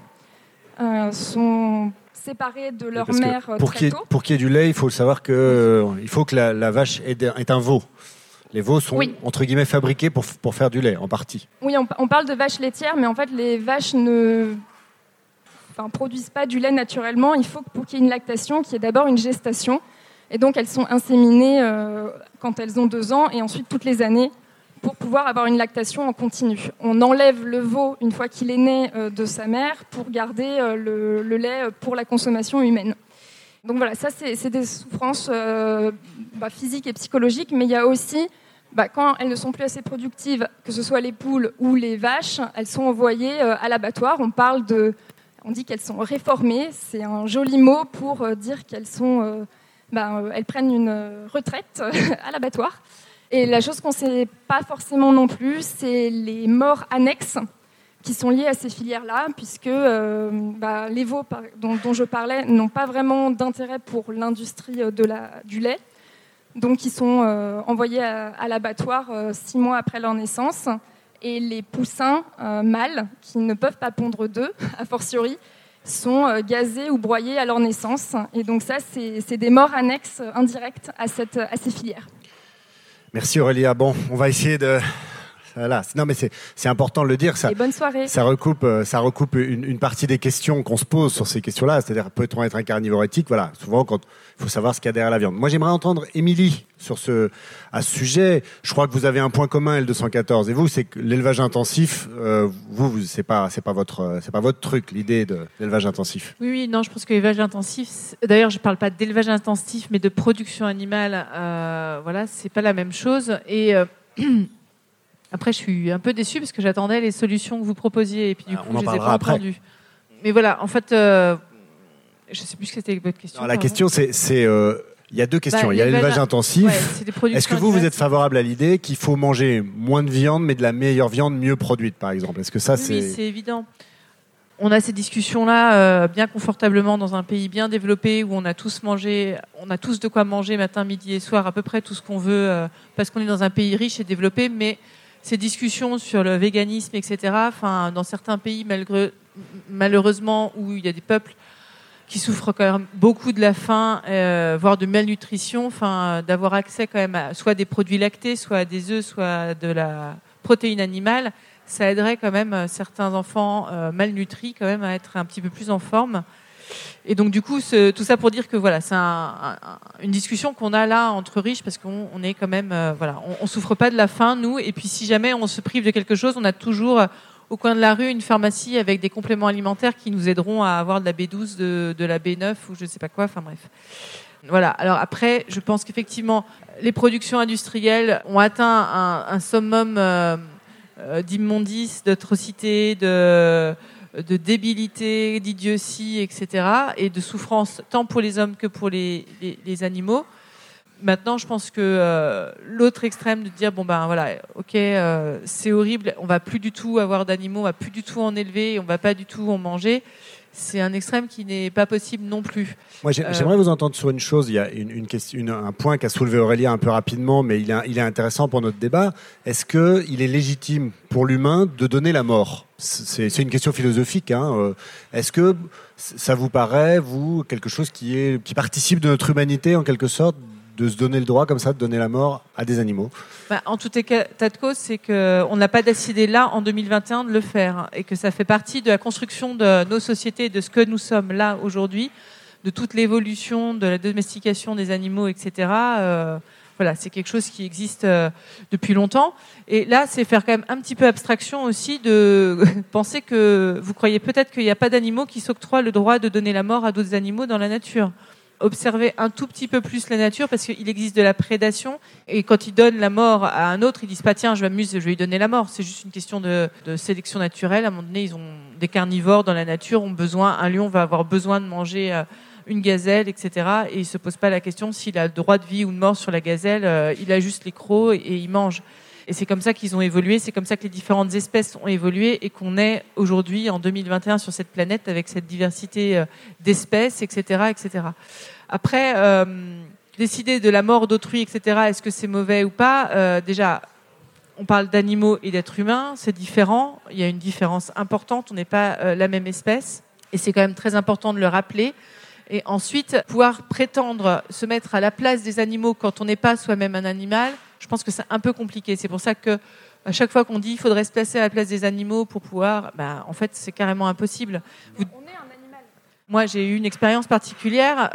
S8: sont séparés de leur mère très tôt.
S5: Pour qu'il y ait du lait, il faut savoir qu'il faut que la vache ait un veau. Les veaux sont, entre guillemets, fabriqués pour faire du lait, en partie.
S8: Oui, on parle de vaches laitières, mais en fait, les vaches ne produisent pas du lait naturellement. Il faut, pour qu'il y ait une lactation, qu'il y ait d'abord une gestation. Et donc, elles sont inséminées quand elles ont 2 ans et ensuite toutes les années pour pouvoir avoir une lactation en continu. On enlève le veau une fois qu'il est né de sa mère pour garder le lait pour la consommation humaine. Donc voilà, ça c'est des souffrances physiques et psychologiques, mais il y a aussi, quand elles ne sont plus assez productives, que ce soit les poules ou les vaches, elles sont envoyées à l'abattoir. On dit qu'elles sont réformées, c'est un joli mot pour dire qu'elles sont... elles prennent une retraite à l'abattoir. Et la chose qu'on ne sait pas forcément non plus, c'est les morts annexes qui sont liées à ces filières-là, puisque les veaux dont je parlais n'ont pas vraiment d'intérêt pour l'industrie du lait. Donc ils sont envoyés à l'abattoir 6 mois après leur naissance. Et les poussins mâles, qui ne peuvent pas pondre d'œufs, a fortiori, sont gazés ou broyés à leur naissance. Et donc ça, c'est des morts annexes indirectes à ces filières.
S5: Merci Aurélia. Bon, on va essayer de... Voilà. Non, mais c'est important de le dire.
S8: Et bonne soirée.
S5: Ça recoupe une partie des questions qu'on se pose sur ces questions-là. C'est-à-dire, peut-on être un carnivore éthique ? Voilà. Souvent, il faut savoir ce qu'il y a derrière la viande. Moi, j'aimerais entendre Émilie à ce sujet. Je crois que vous avez un point commun, L214. Et vous, c'est que l'élevage intensif, c'est pas votre truc, l'idée de l'élevage intensif.
S6: Oui, non, je pense que l'élevage intensif, d'ailleurs, je parle pas d'élevage intensif, mais de production animale. Voilà, c'est pas la même chose. Et, après, je suis un peu déçue parce que j'attendais les solutions que vous proposiez et puis du coup, je les ai pas entendues. Mais voilà, en fait, je sais plus ce que c'était votre question.
S5: Non, la question, il y a 2 questions. Il y a l'élevage intensif. Ouais, est-ce que vous êtes favorable à l'idée qu'il faut manger moins de viande, mais de la meilleure viande mieux produite, par exemple ? Est-ce que ça,
S6: Oui, c'est évident. On a ces discussions-là bien confortablement dans un pays bien développé où on a tous de quoi manger matin, midi et soir, à peu près tout ce qu'on veut, parce qu'on est dans un pays riche et développé, mais ces discussions sur le véganisme, etc., dans certains pays, malheureusement, où il y a des peuples qui souffrent quand même beaucoup de la faim, voire de malnutrition, d'avoir accès quand même à soit des produits lactés, soit à des œufs, soit de la protéine animale, ça aiderait quand même certains enfants malnutris quand même à être un petit peu plus en forme. Et donc du coup, tout ça pour dire que voilà, c'est une discussion qu'on a là entre riches parce qu'on est quand même, on souffre pas de la faim nous. Et puis si jamais on se prive de quelque chose, on a toujours au coin de la rue une pharmacie avec des compléments alimentaires qui nous aideront à avoir de la B12, de la B9 ou je sais pas quoi. Enfin bref. Voilà. Alors après, je pense qu'effectivement, les productions industrielles ont atteint un summum d'immondice, d'atrocité, de débilité, d'idiotie, etc. et de souffrance tant pour les hommes que pour les animaux. Maintenant, je pense que l'autre extrême de dire c'est horrible, on va plus du tout avoir d'animaux, on va plus du tout en élever, on va pas du tout en manger. C'est un extrême qui n'est pas possible non plus.
S5: Moi, j'aimerais vous entendre sur une chose. Il y a un point qu'a soulevé Aurélia un peu rapidement, mais il est intéressant pour notre débat. Est-ce qu'il est légitime pour l'humain de donner la mort ? C'est une question philosophique. Est-ce que ça vous paraît, vous, quelque chose qui participe de notre humanité, en quelque sorte, de se donner le droit, comme ça, de donner la mort à des animaux ?
S6: En tout état de cause, c'est qu'on n'a pas décidé là, en 2021, de le faire. Et que ça fait partie de la construction de nos sociétés, de ce que nous sommes là, aujourd'hui, de toute l'évolution, de la domestication des animaux, etc. C'est quelque chose qui existe depuis longtemps. Et là, c'est faire quand même un petit peu abstraction aussi de penser que vous croyez peut-être qu'il n'y a pas d'animaux qui s'octroient le droit de donner la mort à d'autres animaux dans la nature. Observer un tout petit peu plus la nature parce qu'il existe de la prédation et quand ils donnent la mort à un autre, ils disent pas tiens je m'amuse, je vais lui donner la mort. C'est juste une question de sélection naturelle. À un moment donné, ils ont des carnivores dans la nature un lion va avoir besoin de manger une gazelle, etc. Et il se pose pas la question s'il a le droit de vie ou de mort sur la gazelle. Il a juste les crocs et il mange. Et c'est comme ça qu'ils ont évolué, c'est comme ça que les différentes espèces ont évolué et qu'on est aujourd'hui, en 2021, sur cette planète avec cette diversité d'espèces, etc., etc. Après, décider de la mort d'autrui, etc., est-ce que c'est mauvais ou pas ? Déjà, on parle d'animaux et d'êtres humains, c'est différent. Il y a une différence importante, on n'est pas la même espèce. Et c'est quand même très important de le rappeler. Et ensuite, pouvoir prétendre se mettre à la place des animaux quand on n'est pas soi-même un animal, je pense que c'est un peu compliqué. C'est pour ça que à chaque fois qu'on dit qu'il faudrait se placer à la place des animaux pour pouvoir, en fait, c'est carrément impossible.
S8: On est un animal.
S6: Moi, j'ai eu une expérience particulière.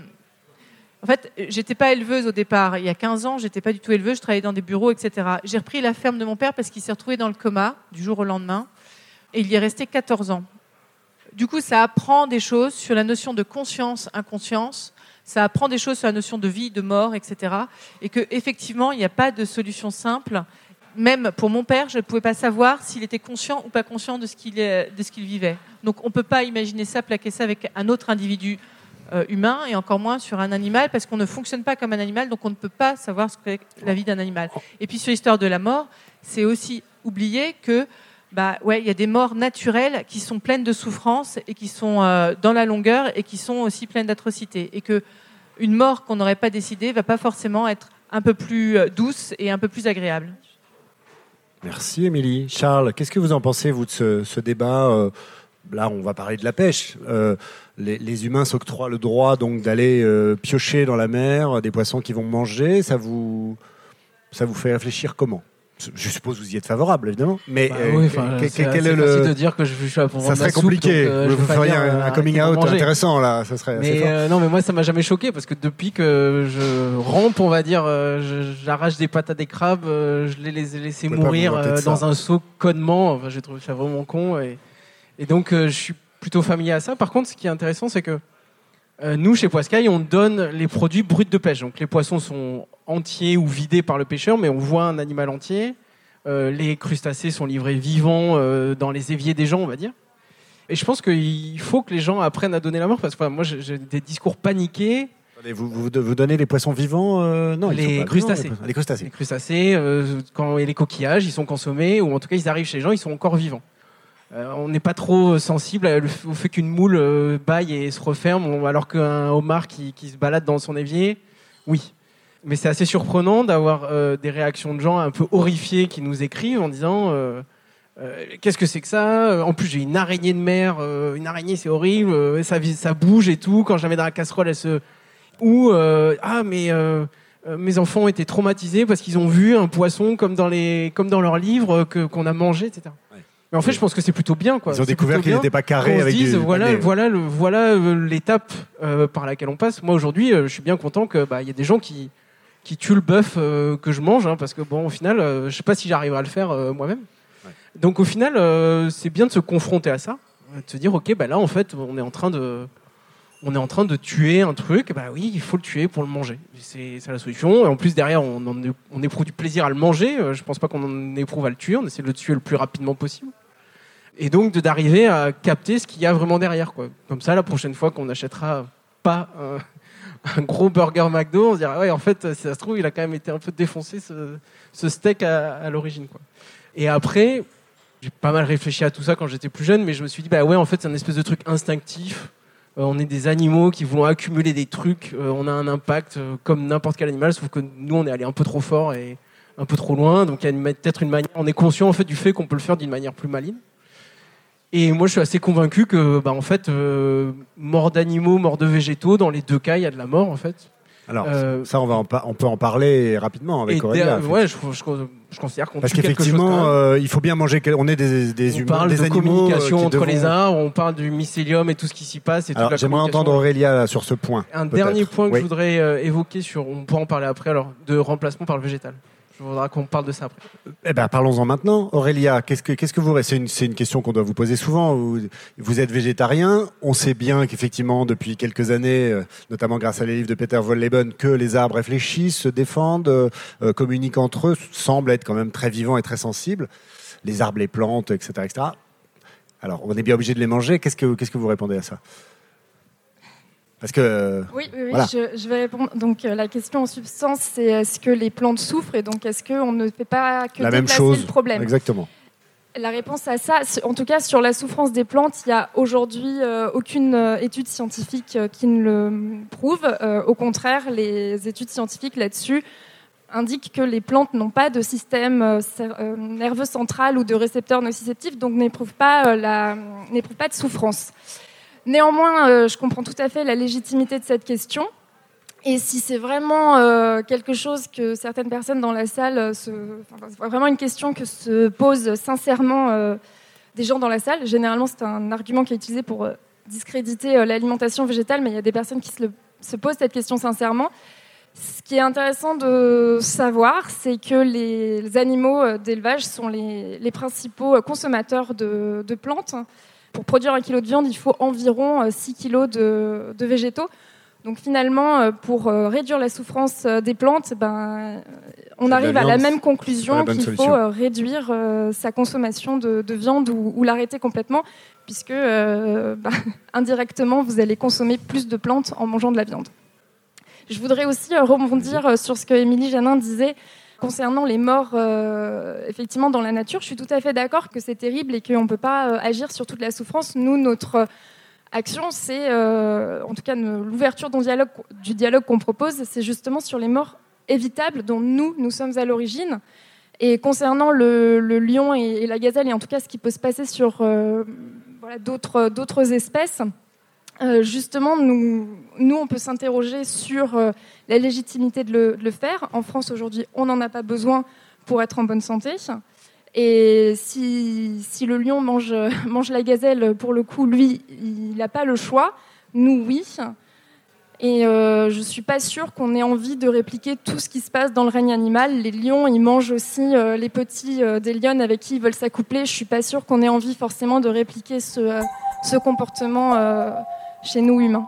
S6: En fait, j'étais pas éleveuse au départ. Il y a 15 ans, j'étais pas du tout éleveuse. Je travaillais dans des bureaux, etc. J'ai repris la ferme de mon père parce qu'il s'est retrouvé dans le coma du jour au lendemain. Et il y est resté 14 ans. Du coup, ça apprend des choses sur la notion de conscience, inconscience. Ça apprend des choses sur la notion de vie, de mort, etc. Et qu'effectivement, il n'y a pas de solution simple. Même pour mon père, je ne pouvais pas savoir s'il était conscient ou pas conscient de ce qu'il vivait. Donc on ne peut pas imaginer ça, plaquer ça avec un autre individu humain, et encore moins sur un animal, parce qu'on ne fonctionne pas comme un animal, donc on ne peut pas savoir ce qu'est la vie d'un animal. Et puis sur l'histoire de la mort, c'est aussi oublier que il y a des morts naturelles qui sont pleines de souffrance et qui sont dans la longueur et qui sont aussi pleines d'atrocités. Et qu'une mort qu'on n'aurait pas décidée va pas forcément être un peu plus douce et un peu plus agréable.
S5: Merci Émilie. Charles, qu'est-ce que vous en pensez, vous, de ce débat Là, on va parler de la pêche. Les humains s'octroient le droit donc d'aller piocher dans la mer des poissons qu'ils vont manger. Ça vous fait réfléchir comment ? Je suppose que vous y êtes favorable, évidemment. Mais
S7: quel est le... de dire que je suis là pour vendre
S5: ça serait
S7: la soupe,
S5: compliqué.
S7: donc,
S5: vous feriez un coming out intéressant là. Ça serait.
S7: Non, mais moi ça m'a jamais choqué parce que depuis que je rampe, on va dire, j'arrache des pattes à des crabes, je les ai laissés mourir dans un seau connement. Enfin, j'ai trouvé ça vraiment con et donc je suis plutôt familier à ça. Par contre, ce qui est intéressant, c'est que nous, chez Poiscaille, on donne les produits bruts de pêche. Donc les poissons sont entiers ou vidés par le pêcheur, mais on voit un animal entier. Les crustacés sont livrés vivants dans les éviers des gens, on va dire. Et je pense qu'il faut que les gens apprennent à donner la mort, parce que moi, j'ai des discours paniqués.
S5: Vous donnez les poissons vivants Non,
S7: les crustacés.
S5: Les crustacés.
S7: Les crustacés, quand les coquillages, ils sont consommés, ou en tout cas, ils arrivent chez les gens, ils sont encore vivants. On n'est pas trop sensible au fait qu'une moule baille et se referme, alors qu'un homard qui se balade dans son évier, oui. Mais c'est assez surprenant d'avoir des réactions de gens un peu horrifiés qui nous écrivent en disant qu'est-ce que c'est que ça ? En plus, j'ai une araignée de mer, une araignée c'est horrible, ça bouge et tout, quand je la mets dans la casserole, elle se... Ou mes enfants ont été traumatisés parce qu'ils ont vu un poisson comme dans leurs livres qu'on a mangé, etc. Mais en fait, je pense que c'est plutôt bien, quoi.
S5: Ils ont découvert qu'ils n'étaient pas carrés avec
S7: du... Voilà l'étape par laquelle on passe. Moi, aujourd'hui, je suis bien content qu'il y ait des gens qui tuent le bœuf que je mange, parce que, bon, au final, je ne sais pas si j'arriverai à le faire moi-même. Donc au final, c'est bien de se confronter à ça, de se dire ok, là en fait, on est en train de tuer un truc. Bah oui, il faut le tuer pour le manger. C'est la solution. Et en plus derrière, on éprouve du plaisir à le manger. Je pense pas qu'on en éprouve à le tuer. On essaie de le tuer le plus rapidement possible. Et donc d'arriver à capter ce qu'il y a vraiment derrière, quoi. Comme ça, la prochaine fois qu'on n'achètera pas un gros burger McDo, on se dira ouais, en fait, si ça se trouve, il a quand même été un peu défoncé ce steak à l'origine, quoi. Et après, j'ai pas mal réfléchi à tout ça quand j'étais plus jeune, mais je me suis dit bah ouais, en fait, c'est un espèce de truc instinctif. On est des animaux qui voulons accumuler des trucs. On a un impact comme n'importe quel animal, sauf que nous, on est allé un peu trop fort et un peu trop loin. Donc il y a peut-être une manière. On est conscient en fait du fait qu'on peut le faire d'une manière plus maligne. Et moi, je suis assez convaincu que, en fait, mort d'animaux, mort de végétaux, dans les deux cas, il y a de la mort, en fait.
S5: Alors, ça, on peut en parler rapidement avec Aurélia.
S7: Ouais, je considère qu'on
S5: parce
S7: tue quelque chose.
S5: Parce qu'effectivement, il faut bien manger. On est des humains,
S7: parle
S5: des
S7: de
S5: animaux.
S7: Communication entre les arbres, on parle du mycélium et tout ce qui s'y passe. Et
S5: alors, j'aimerais entendre Aurélia sur ce point.
S7: Un dernier point que je voudrais évoquer on pourra en parler après, alors, de remplacement par le végétal. Je voudrais qu'on parle de ça après.
S5: Eh ben, parlons-en maintenant. Aurélia, qu'est-ce que vous... C'est une question qu'on doit vous poser souvent. Vous êtes végétarien. On sait bien qu'effectivement, depuis quelques années, notamment grâce à les livres de Peter Wohlleben, que les arbres réfléchissent, se défendent, communiquent entre eux, semblent être quand même très vivants et très sensibles. Les arbres, les plantes, etc., etc. Alors, on est bien obligé de les manger. Qu'est-ce que vous répondez à ça ? Parce que,
S8: oui,
S5: voilà.
S8: je vais répondre. Donc la question en substance, c'est est-ce que les plantes souffrent et donc est-ce qu'on ne fait pas que
S5: la
S8: déplacer
S5: même chose,
S8: le problème ?
S5: Exactement.
S8: La réponse à ça, en tout cas sur la souffrance des plantes, il n'y a aujourd'hui aucune étude scientifique qui ne le prouve. Au contraire, les études scientifiques là-dessus indiquent que les plantes n'ont pas de système nerveux central ou de récepteurs nociceptifs, donc n'éprouvent pas de souffrance. Néanmoins, je comprends tout à fait la légitimité de cette question. Et si c'est vraiment quelque chose que certaines personnes dans la salle, c'est vraiment une question que se posent sincèrement des gens dans la salle. Généralement, c'est un argument qui est utilisé pour discréditer l'alimentation végétale, mais il y a des personnes qui se posent cette question sincèrement. Ce qui est intéressant de savoir, c'est que les animaux d'élevage sont les principaux consommateurs de plantes. Pour produire 1 kg de viande, il faut environ 6 kg de végétaux. Donc finalement, pour réduire la souffrance des plantes, on arrive à la même conclusion qu'il faut réduire sa consommation de viande ou l'arrêter complètement, puisque indirectement, vous allez consommer plus de plantes en mangeant de la viande. Je voudrais aussi rebondir sur ce que Émilie Janin disait concernant les morts effectivement dans la nature. Je suis tout à fait d'accord que c'est terrible et qu'on ne peut pas agir sur toute la souffrance. Nous, notre action, c'est, en tout cas l'ouverture du dialogue qu'on propose, c'est justement sur les morts évitables dont nous sommes à l'origine. Et concernant le lion et la gazelle, et en tout cas ce qui peut se passer sur d'autres espèces, justement, nous, on peut s'interroger sur la légitimité de le faire. En France, aujourd'hui, on n'en a pas besoin pour être en bonne santé. Et si le lion mange la gazelle, pour le coup, lui, il n'a pas le choix. Nous, oui. Et je ne suis pas sûre qu'on ait envie de répliquer tout ce qui se passe dans le règne animal. Les lions, ils mangent aussi les petits des lionnes avec qui ils veulent s'accoupler. Je ne suis pas sûre qu'on ait envie forcément de répliquer ce comportement chez nous humains.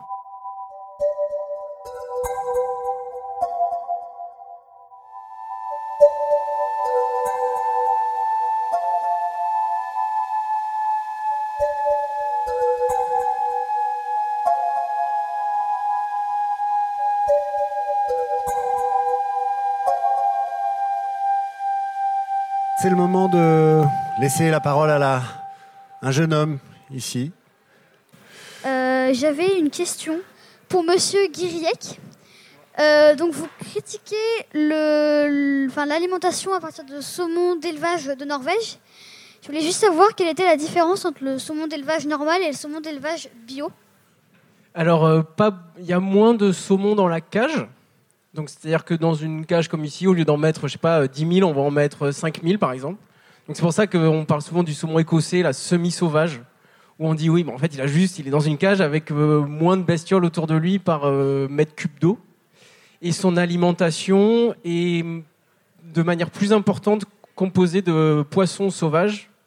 S5: C'est le moment de laisser la parole à un jeune homme ici.
S9: J'avais une question pour Monsieur Guiriec. Donc vous critiquez l'alimentation à partir de saumon d'élevage de Norvège. Je voulais juste savoir quelle était la différence entre le saumon d'élevage normal et le saumon d'élevage bio.
S7: Alors, il y a moins de saumon dans la cage. Donc, c'est-à-dire que dans une cage comme ici, au lieu d'en mettre, 10 000, on va en mettre 5 000 par exemple. Donc c'est pour ça qu'on parle souvent du saumon écossais, la semi-sauvage, où on dit oui, mais en fait il est dans une cage avec moins de bestioles autour de lui par mètre cube d'eau. Et son alimentation est de manière plus importante composée de poissons sauvages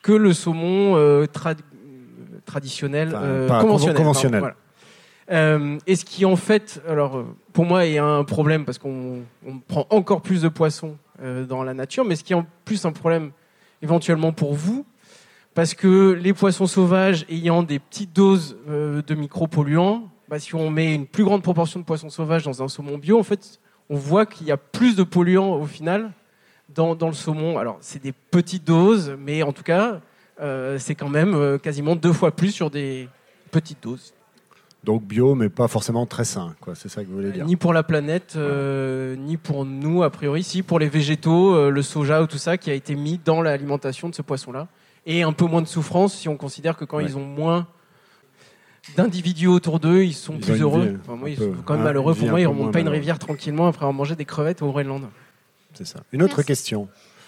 S7: que le saumon traditionnel, conventionnel. Voilà. Et ce qui en fait, alors pour moi est un problème parce qu'on prend encore plus de poissons dans la nature, mais ce qui est en plus un problème éventuellement pour vous, parce que les poissons sauvages ayant des petites doses de micropolluants, si on met une plus grande proportion de poissons sauvages dans un saumon bio, en fait, on voit qu'il y a plus de polluants au final dans le saumon. Alors c'est des petites doses, mais en tout cas, c'est quand même quasiment 2 fois plus sur des petites doses.
S5: Donc bio, mais pas forcément très sain, quoi. C'est ça que vous voulez dire.
S7: Ni pour la planète, ni pour nous, a priori. Si, pour les végétaux, le soja ou tout ça qui a été mis dans l'alimentation de ce poisson-là. Et un peu moins de souffrance si on considère que quand ils ont moins d'individus autour d'eux, ils sont plus heureux. Moi, ils sont quand même malheureux. Pour moi, ils ne remontent pas une rivière tranquillement après avoir mangé des crevettes au Groenland.
S5: C'est ça. Une autre question.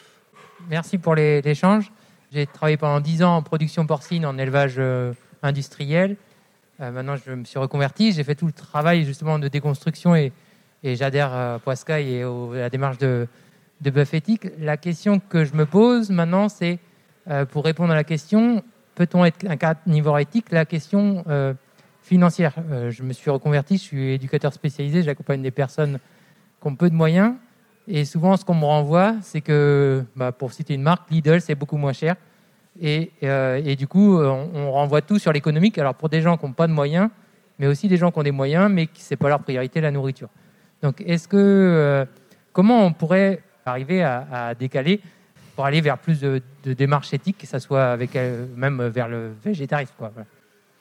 S10: Merci pour l'échange. J'ai travaillé pendant 10 ans en production porcine, en élevage industriel. Maintenant, je me suis reconverti. J'ai fait tout le travail justement de déconstruction et j'adhère à Poiscaille et à la démarche de bœuf éthique. La question que je me pose maintenant, c'est pour répondre à la question, peut-on être un carnivore éthique? La question financière. Je me suis reconverti, je suis éducateur spécialisé, j'accompagne des personnes qui ont peu de moyens. Et souvent, ce qu'on me renvoie, c'est que, pour citer une marque, Lidl, c'est beaucoup moins cher. Et du coup, on renvoie tout sur l'économique. Alors pour des gens qui n'ont pas de moyens, mais aussi des gens qui ont des moyens, mais qui c'est pas leur priorité, la nourriture. Donc, comment on pourrait arriver à décaler pour aller vers plus de démarches éthiques, que ça soit même vers le végétarisme, quoi. Voilà.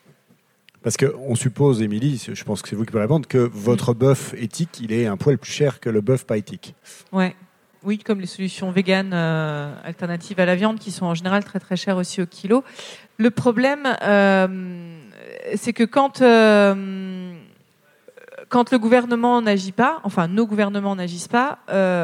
S5: Parce qu'on suppose, Émilie, je pense que c'est vous qui pouvez répondre, que votre bœuf éthique, il est un poil plus cher que le bœuf pas éthique.
S6: Ouais. Oui, comme les solutions véganes alternatives à la viande, qui sont en général très très chères aussi au kilo. Le problème, c'est que quand le gouvernement n'agit pas, enfin nos gouvernements n'agissent pas,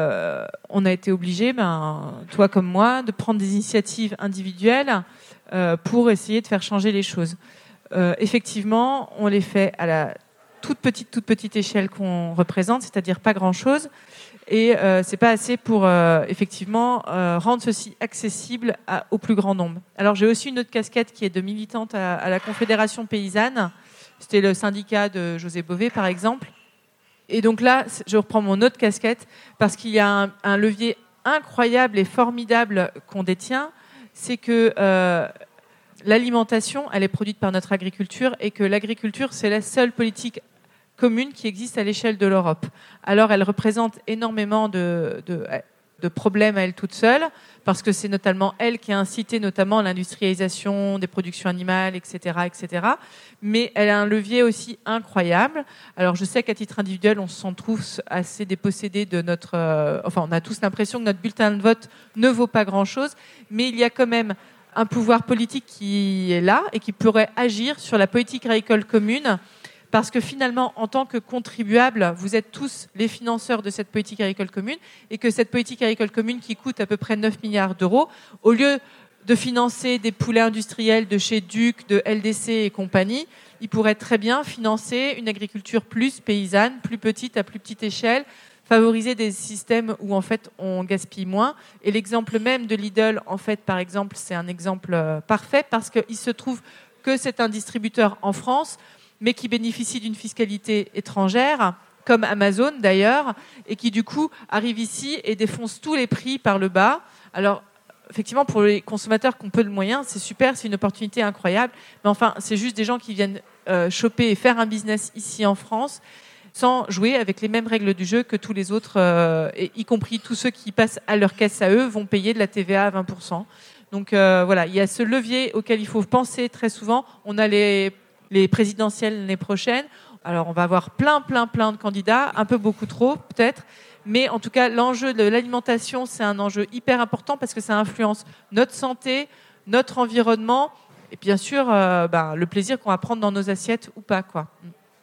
S6: on a été obligé, toi comme moi, de prendre des initiatives individuelles pour essayer de faire changer les choses. Effectivement, on les fait à la toute petite échelle qu'on représente, c'est-à-dire pas grand-chose. Et c'est pas assez pour effectivement rendre ceci accessible au plus grand nombre. Alors j'ai aussi une autre casquette qui est de militante à la Confédération paysanne. C'était le syndicat de José Bové par exemple. Et donc là, je reprends mon autre casquette parce qu'il y a un levier incroyable et formidable qu'on détient, c'est que l'alimentation, elle est produite par notre agriculture et que l'agriculture, c'est la seule politique commune qui existe à l'échelle de l'Europe. Alors, elle représente énormément de problèmes à elle toute seule, parce que c'est notamment elle qui a incité notamment l'industrialisation des productions animales, etc., etc. Mais elle a un levier aussi incroyable. Alors, je sais qu'à titre individuel, on se sent tous assez dépossédés de notre... on a tous l'impression que notre bulletin de vote ne vaut pas grand-chose, mais il y a quand même un pouvoir politique qui est là et qui pourrait agir sur la politique agricole commune. Parce que finalement, en tant que contribuables, vous êtes tous les financeurs de cette politique agricole commune et que cette politique agricole commune qui coûte à peu près 9 milliards d'euros, au lieu de financer des poulets industriels de chez Duc, de LDC et compagnie, il pourrait très bien financer une agriculture plus paysanne, plus petite, à plus petite échelle, favoriser des systèmes où en fait on gaspille moins. Et l'exemple même de Lidl, en fait, par exemple, c'est un exemple parfait parce qu'il se trouve que c'est un distributeur en France, mais qui bénéficie d'une fiscalité étrangère, comme Amazon d'ailleurs, et qui du coup arrive ici et défonce tous les prix par le bas. Alors, effectivement, pour les consommateurs qui ont peu de moyens, c'est super, c'est une opportunité incroyable, mais enfin, c'est juste des gens qui viennent choper et faire un business ici en France, sans jouer avec les mêmes règles du jeu que tous les autres, et y compris tous ceux qui passent à leur caisse à eux, vont payer de la TVA à 20%. Donc voilà, il y a ce levier auquel il faut penser très souvent. On a les présidentielles l'année prochaine. Alors, on va avoir plein de candidats, un peu beaucoup trop, peut-être. Mais en tout cas, l'enjeu de l'alimentation, c'est un enjeu hyper important parce que ça influence notre santé, notre environnement et bien sûr, le plaisir qu'on va prendre dans nos assiettes ou pas, quoi.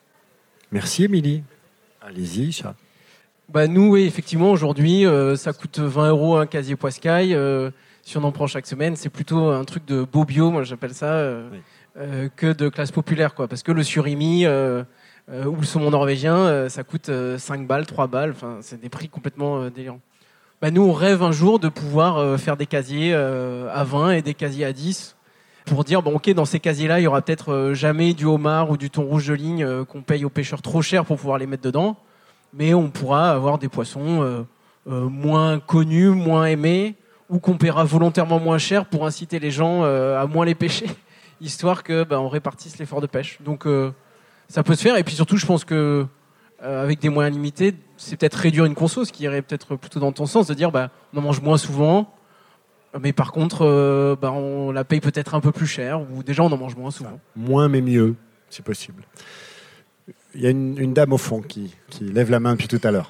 S5: Merci, Émilie. Allez-y, chat.
S7: Nous, oui, effectivement, aujourd'hui, ça coûte 20 € un casier Poiscaille. Si on en prend chaque semaine, c'est plutôt un truc de beau bio, moi j'appelle ça... Oui. Que de classe populaire, quoi. Parce que le surimi ou le saumon norvégien, ça coûte 5 balles, 3 balles. Enfin, c'est des prix complètement délirants. nous, on rêve un jour de pouvoir faire des casiers à 20 et des casiers à 10 pour dire, ok, dans ces casiers-là, il y aura peut-être jamais du homard ou du thon rouge de ligne qu'on paye aux pêcheurs trop cher pour pouvoir les mettre dedans, mais on pourra avoir des poissons moins connus, moins aimés, ou qu'on paiera volontairement moins cher pour inciter les gens à moins les pêcher, histoire que on répartisse l'effort de pêche. Donc ça peut se faire, et puis surtout, je pense que avec des moyens limités, c'est peut-être réduire une conso, ce qui irait peut-être plutôt dans ton sens, de dire on en mange moins souvent, mais par contre on la paye peut-être un peu plus cher, ou déjà on en mange moins souvent.
S5: Moins mais mieux, si possible. Il y a une dame au fond qui lève la main depuis tout à l'heure.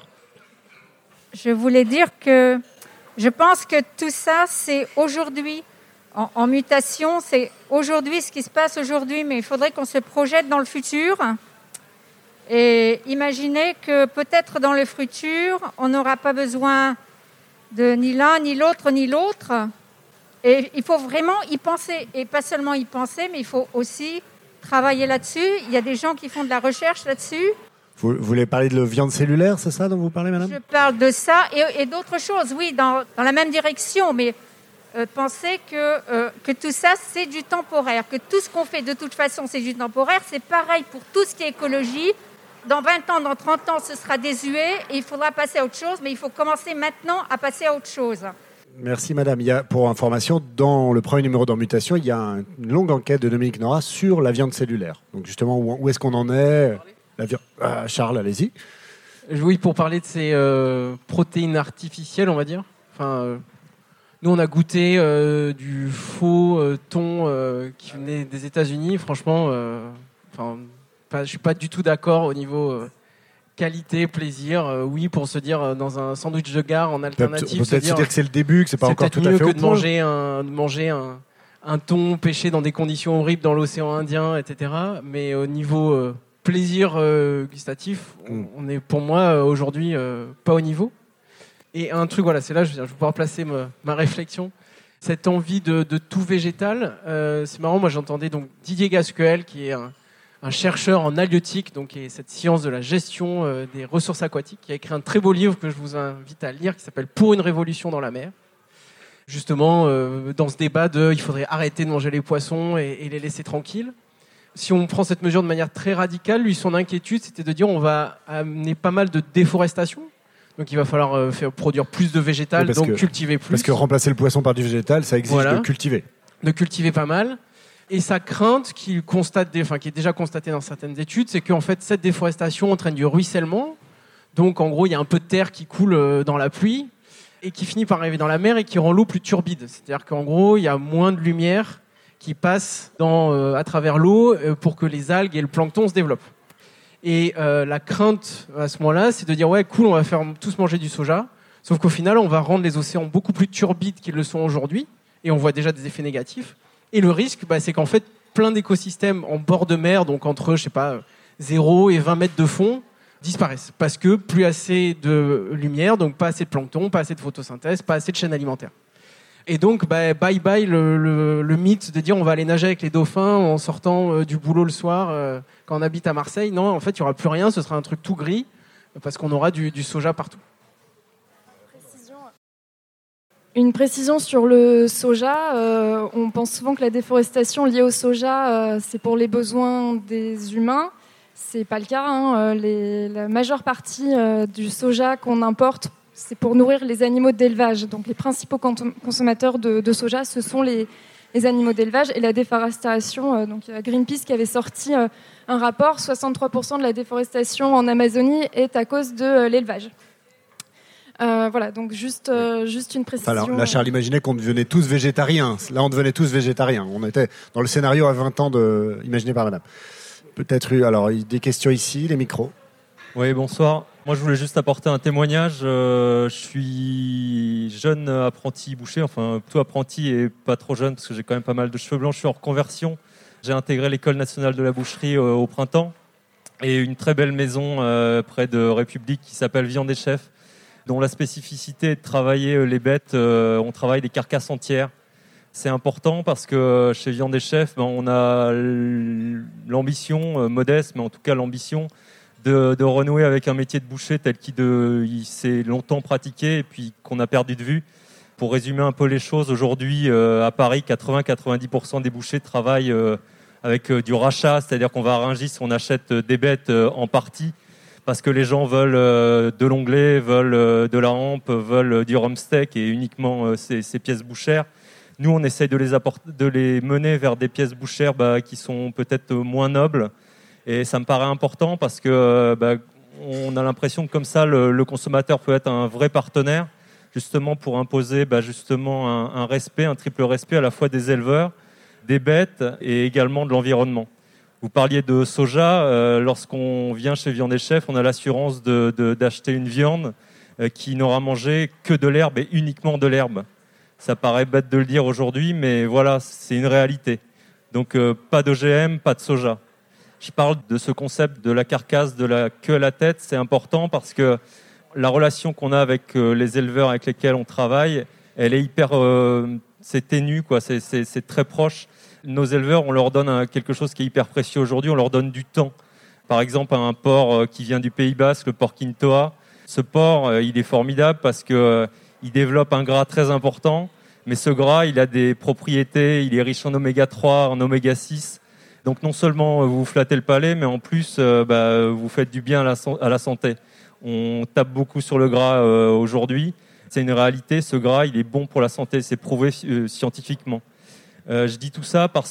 S11: Je voulais dire que je pense que tout ça, c'est aujourd'hui, en mutation, c'est aujourd'hui ce qui se passe aujourd'hui, mais il faudrait qu'on se projette dans le futur. Et imaginez que peut-être dans le futur, on n'aura pas besoin de ni l'un, ni l'autre, ni l'autre. Et il faut vraiment y penser. Et pas seulement y penser, mais il faut aussi travailler là-dessus. Il y a des gens qui font de la recherche là-dessus.
S5: Vous voulez parler de la viande cellulaire, c'est ça dont vous parlez, madame ?
S11: Je parle de ça et d'autres choses, oui, dans la même direction. Mais pensez que tout ça, c'est du temporaire. Que tout ce qu'on fait, de toute façon, c'est du temporaire. C'est pareil pour tout ce qui est écologie. Dans 20 ans, dans 30 ans, ce sera désuet et il faudra passer à autre chose. Mais il faut commencer maintenant à passer à autre chose.
S5: Merci, madame. Il y a, pour information, dans le premier numéro d'En Mutation, il y a une longue enquête de Dominique Nora sur la viande cellulaire. Donc justement, où est-ce qu'on en est ? Charles, allez-y.
S7: Oui, pour parler de ces protéines artificielles, on va dire. Nous, on a goûté du faux thon qui venait des États-Unis. Franchement, je suis pas du tout d'accord au niveau qualité, plaisir. Oui, pour se dire dans un sandwich de gare en alternative,
S5: on peut peut-être se dire que c'est le début, que c'est pas encore tout à fait au point.
S7: C'est peut-être mieux que de manger un thon pêché dans des conditions horribles dans l'océan Indien, etc. Mais au niveau plaisir gustatif, on est pour moi aujourd'hui pas au niveau. Et un truc, voilà, c'est là je vais pouvoir placer ma réflexion. Cette envie de tout végétal, c'est marrant. Moi, j'entendais donc Didier Gasquel, qui est un chercheur en halieutique, donc qui est cette science de la gestion des ressources aquatiques, qui a écrit un très beau livre que je vous invite à lire, qui s'appelle Pour une révolution dans la mer. Justement, dans ce débat il faudrait arrêter de manger les poissons et les laisser tranquilles. Si on prend cette mesure de manière très radicale, lui, son inquiétude, c'était de dire on va amener pas mal de déforestation. Donc il va falloir produire plus de végétal, donc cultiver plus.
S5: Parce que remplacer le poisson par du végétal, ça exige de cultiver.
S7: De cultiver pas mal. Et sa crainte, qui est déjà constatée dans certaines études, c'est qu'en fait, cette déforestation entraîne du ruissellement. Donc en gros, il y a un peu de terre qui coule dans la pluie et qui finit par arriver dans la mer et qui rend l'eau plus turbide. C'est-à-dire qu'en gros, il y a moins de lumière qui passe à travers l'eau pour que les algues et le plancton se développent. Et la crainte à ce moment-là, c'est de dire ouais, cool, on va faire tous manger du soja, sauf qu'au final, on va rendre les océans beaucoup plus turbides qu'ils le sont aujourd'hui, et on voit déjà des effets négatifs. Et le risque, c'est qu'en fait, plein d'écosystèmes en bord de mer, donc entre 0 et 20 mètres de fond, disparaissent parce que plus assez de lumière, donc pas assez de plancton, pas assez de photosynthèse, pas assez de chaînes alimentaires. Et donc, bye bye le mythe de dire on va aller nager avec les dauphins en sortant du boulot le soir quand on habite à Marseille. Non, en fait, il n'y aura plus rien, ce sera un truc tout gris parce qu'on aura du soja partout.
S8: Une précision sur le soja. On pense souvent que la déforestation liée au soja, c'est pour les besoins des humains. C'est pas le cas. La majeure partie du soja qu'on importe, c'est pour nourrir les animaux d'élevage. Donc les principaux consommateurs de soja, ce sont les animaux d'élevage et la déforestation. Donc il y a Greenpeace qui avait sorti un rapport. 63% de la déforestation en Amazonie est à cause de l'élevage. Voilà, donc juste une précision.
S5: Alors, là, Charles imaginait qu'on devenait tous végétariens. Là, on devenait tous végétariens. On était dans le scénario à 20 ans imaginé par madame. Peut-être des questions ici, les micros.
S12: Oui, bonsoir. Moi, je voulais juste apporter un témoignage. Je suis jeune apprenti boucher, enfin plutôt apprenti et pas trop jeune parce que j'ai quand même pas mal de cheveux blancs. Je suis en reconversion. J'ai intégré l'École nationale de la boucherie au printemps et une très belle maison près de République qui s'appelle Viande et Chef, dont la spécificité est de travailler les bêtes. On travaille des carcasses entières. C'est important parce que chez Viande et Chef, on a l'ambition modeste, mais en tout cas l'ambition de renouer avec un métier de boucher tel qu'il s'est longtemps pratiqué et puis qu'on a perdu de vue. Pour résumer un peu les choses, aujourd'hui à Paris, 80-90% des bouchers travaillent avec du rachat, c'est-à-dire qu'on va à Rungis, on achète des bêtes en partie parce que les gens veulent de l'onglet, veulent de la hampe, veulent du rumsteak et uniquement ces pièces bouchères. Nous, on essaye de les mener vers des pièces bouchères qui sont peut-être moins nobles. Et ça me paraît important parce que on a l'impression que comme ça, le consommateur peut être un vrai partenaire, justement pour imposer justement un respect, un triple respect à la fois des éleveurs, des bêtes et également de l'environnement. Vous parliez de soja. Lorsqu'on vient chez Viande et Chef, on a l'assurance d'acheter une viande qui n'aura mangé que de l'herbe et uniquement de l'herbe. Ça paraît bête de le dire aujourd'hui, mais voilà, c'est une réalité. Donc pas d'OGM, pas de soja. Je parle de ce concept de la carcasse, de la queue à la tête. C'est important parce que la relation qu'on a avec les éleveurs avec lesquels on travaille, elle est hyper... c'est ténu, quoi. C'est très proche. Nos éleveurs, on leur donne quelque chose qui est hyper précieux aujourd'hui, on leur donne du temps. Par exemple, un porc qui vient du Pays Basque, le porc Quintoa. Ce porc, il est formidable parce qu'il développe un gras très important, mais ce gras, il a des propriétés, il est riche en oméga 3, en oméga 6. Donc non seulement vous flattez le palais, mais en plus, vous faites du bien à la santé. On tape beaucoup sur le gras aujourd'hui. C'est une réalité, ce gras, il est bon pour la santé, c'est prouvé scientifiquement. Je dis tout ça parce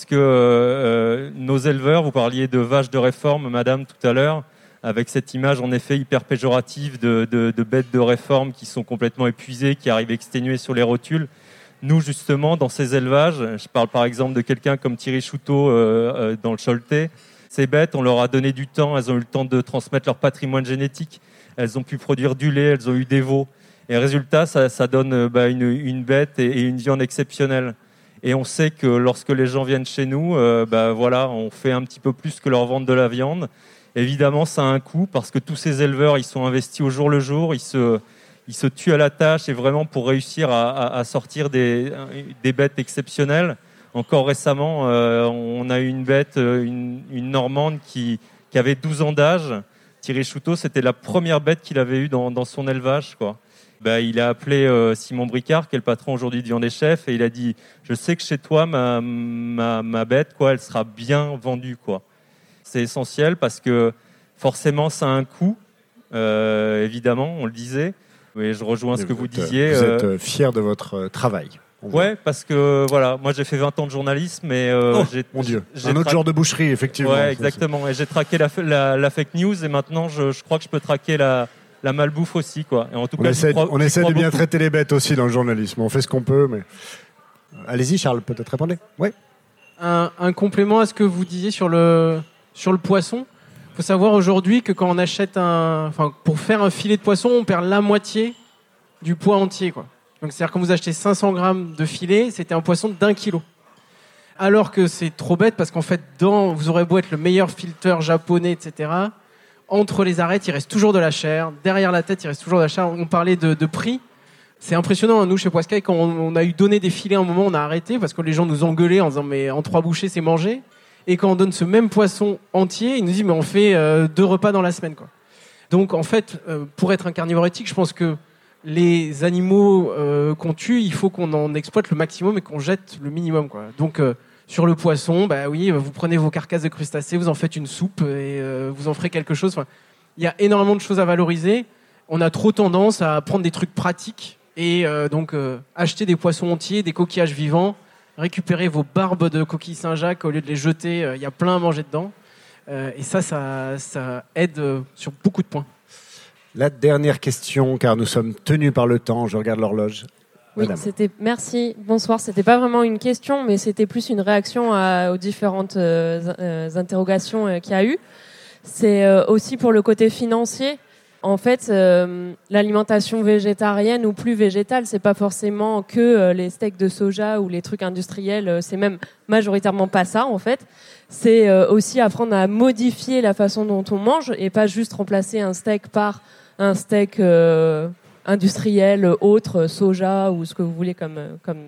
S12: que nos éleveurs, vous parliez de vaches de réforme, madame, tout à l'heure, avec cette image en effet hyper péjorative de bêtes de réforme qui sont complètement épuisées, qui arrivent exténuées sur les rotules. Nous, justement, dans ces élevages, je parle par exemple de quelqu'un comme Thierry Chouteau dans le Choletais, ces bêtes, on leur a donné du temps, elles ont eu le temps de transmettre leur patrimoine génétique, elles ont pu produire du lait, elles ont eu des veaux. Et résultat, ça donne une bête et une viande exceptionnelle. Et on sait que lorsque les gens viennent chez nous, on fait un petit peu plus que leur vendre de la viande. Évidemment, ça a un coût parce que tous ces éleveurs, ils sont investis au jour le jour, ils se tuent à la tâche et vraiment pour réussir à sortir des bêtes exceptionnelles. Encore récemment, on a eu une bête, une Normande qui avait 12 ans d'âge. Thierry Chouteau, c'était la première bête qu'il avait eue dans son élevage, quoi. Il a appelé Simon Bricard, qui est le patron aujourd'hui de Viande et Chef, et il a dit « Je sais que chez toi, ma bête, quoi, elle sera bien vendue, quoi. » C'est essentiel parce que forcément, ça a un coût, évidemment, on le disait. Oui, je rejoins ce que vous disiez.
S5: Vous êtes fier de votre travail.
S12: Ouais, parce que voilà, moi j'ai fait 20 ans de journalisme et
S5: mon Dieu, un autre genre de boucherie, effectivement.
S12: Ouais, exactement. Et j'ai traqué la fake news et maintenant je crois que je peux traquer la malbouffe aussi, quoi. Et en tout
S5: on essaie de bien traiter les bêtes aussi dans le journalisme. On fait ce qu'on peut, mais allez-y, Charles, peut-être répondre. Ouais.
S7: Un complément à ce que vous disiez sur le poisson. Il faut savoir aujourd'hui que quand on achète pour faire un filet de poisson, on perd la moitié du poids entier, quoi. Donc c'est-à-dire quand vous achetez 500 grammes de filet, c'était un poisson d'1 kilo. Alors que c'est trop bête parce qu'en fait, vous aurez beau être le meilleur filtreur japonais, etc. Entre les arêtes, il reste toujours de la chair. Derrière la tête, il reste toujours de la chair. On parlait de prix. C'est impressionnant, nous, chez Poiscaille, quand on a eu donné des filets à un moment, on a arrêté parce que les gens nous engueulaient en disant mais en 3 bouchées, c'est mangé. Et quand on donne ce même poisson entier, ils nous disent mais on fait 2 repas dans la semaine, quoi. Donc en fait, pour être un carnivore éthique, je pense que les animaux qu'on tue, il faut qu'on en exploite le maximum et qu'on jette le minimum, quoi. Donc sur le poisson, vous prenez vos carcasses de crustacés, vous en faites une soupe et vous en ferez quelque chose. Enfin, il y a énormément de choses à valoriser. On a trop tendance à prendre des trucs pratiques et donc acheter des poissons entiers, des coquillages vivants, récupérer vos barbes de coquilles Saint-Jacques au lieu de les jeter. Il y a plein à manger dedans. Et ça aide sur beaucoup de points.
S5: La dernière question, car nous sommes tenus par le temps. Je regarde l'horloge.
S13: Oui, merci. Bonsoir. C'était pas vraiment une question, mais c'était plus une réaction aux différentes interrogations qu'il y a eu. C'est aussi pour le côté financier. En fait, l'alimentation végétarienne ou plus végétale, c'est pas forcément que les steaks de soja ou les trucs industriels. C'est même majoritairement pas ça, en fait. C'est aussi apprendre à modifier la façon dont on mange et pas juste remplacer un steak par un steak industriel, autre, soja ou ce que vous voulez comme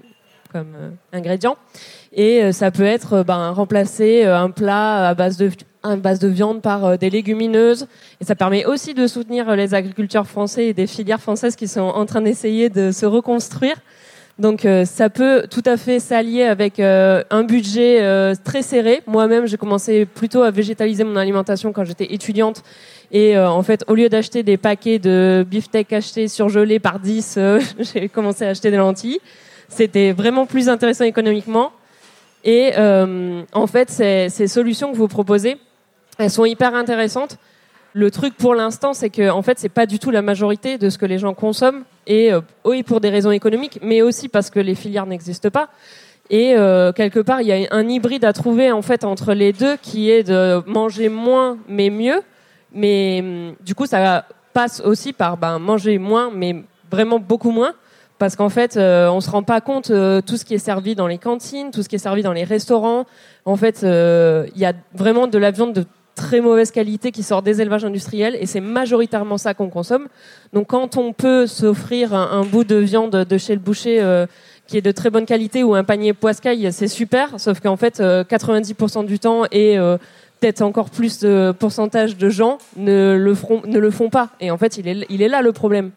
S13: ingrédient. Et ça peut être remplacer un plat à base de à base de viande par des légumineuses. Et ça permet aussi de soutenir les agriculteurs français et des filières françaises qui sont en train d'essayer de se reconstruire. Donc ça peut tout à fait s'allier avec un budget très serré. Moi-même, j'ai commencé plutôt à végétaliser mon alimentation quand j'étais étudiante. Et en fait, au lieu d'acheter des paquets de beefsteak achetés surgelés par 10, j'ai commencé à acheter des lentilles. C'était vraiment plus intéressant économiquement. Et en fait, ces solutions que vous proposez, elles sont hyper intéressantes. Le truc pour l'instant, c'est que en fait, c'est pas du tout la majorité de ce que les gens consomment, et oui, pour des raisons économiques, mais aussi parce que les filières n'existent pas. Et quelque part, il y a un hybride à trouver en fait entre les deux, qui est de manger moins mais mieux. Mais du coup, ça passe aussi par manger moins, mais vraiment beaucoup moins. Parce qu'en fait, on se rend pas compte tout ce qui est servi dans les cantines, tout ce qui est servi dans les restaurants. En fait, il y a vraiment de la viande de très mauvaise qualité qui sort des élevages industriels, et c'est majoritairement ça qu'on consomme. Donc quand on peut s'offrir un bout de viande de chez le boucher qui est de très bonne qualité, ou un panier poiscaille, c'est super. Sauf qu'en fait, 90% du temps, et peut-être encore plus de pourcentage de gens ne le font pas. Et en fait, il est là le problème.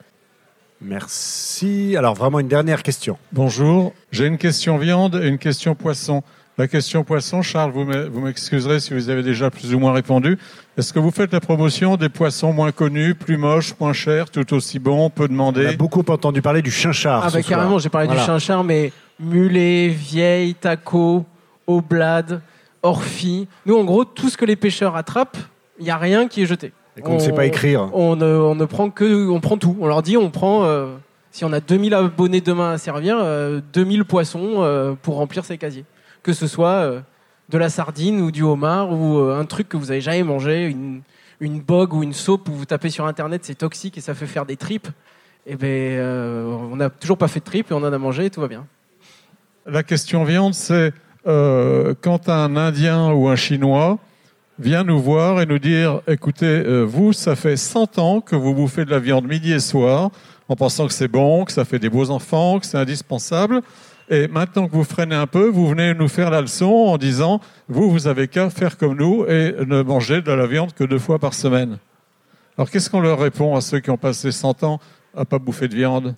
S5: Merci. Alors vraiment une dernière question.
S14: Bonjour, j'ai une question viande et une question poisson. La question poisson, Charles, vous m'excuserez si vous avez déjà plus ou moins répondu. Est-ce que vous faites la promotion des poissons moins connus, plus moches, moins chers, tout aussi bons, peu demandés?
S5: On a beaucoup entendu parler du chinchard.
S7: Carrément, j'ai parlé du chinchard, mais mulet, vieille, taco, oblade, orphi. Nous, en gros, tout ce que les pêcheurs attrapent, il n'y a rien qui est jeté.
S5: Et qu'on ne sait pas écrire.
S7: On ne prend on prend tout. On leur dit, on prend, si on a 2000 abonnés demain à servir, 2000 poissons pour remplir ces casiers. Que ce soit de la sardine ou du homard, ou un truc que vous avez jamais mangé, une bogue ou une saupe où vous tapez sur internet, c'est toxique et ça fait faire des tripes. Et on n'a toujours pas fait de tripes et on en a mangé et tout va bien.
S14: La question viande, c'est quand un Indien ou un Chinois vient nous voir et nous dire, écoutez, vous, ça fait 100 ans que vous bouffez de la viande midi et soir, en pensant que c'est bon, que ça fait des beaux enfants, que c'est indispensable. Et maintenant que vous freinez un peu, vous venez nous faire la leçon en disant, vous avez qu'à faire comme nous et ne manger de la viande que 2 fois par semaine. Alors qu'est-ce qu'on leur répond à ceux qui ont passé 100 ans à pas bouffer de viande?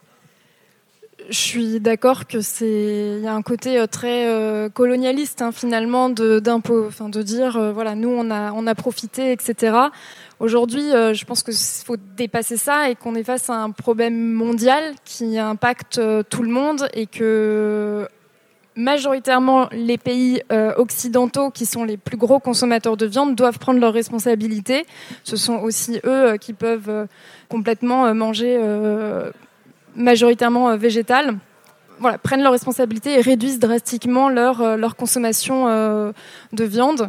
S8: Je suis d'accord que il y a un côté très colonialiste finalement de dire voilà, nous on a profité, etc. Aujourd'hui, je pense qu'il faut dépasser ça et qu'on est face à un problème mondial qui impacte tout le monde, et que majoritairement les pays occidentaux, qui sont les plus gros consommateurs de viande, doivent prendre leurs responsabilités. Ce sont aussi eux qui peuvent complètement manger majoritairement végétal. Voilà, prennent leurs responsabilités et réduisent drastiquement leur consommation de viande.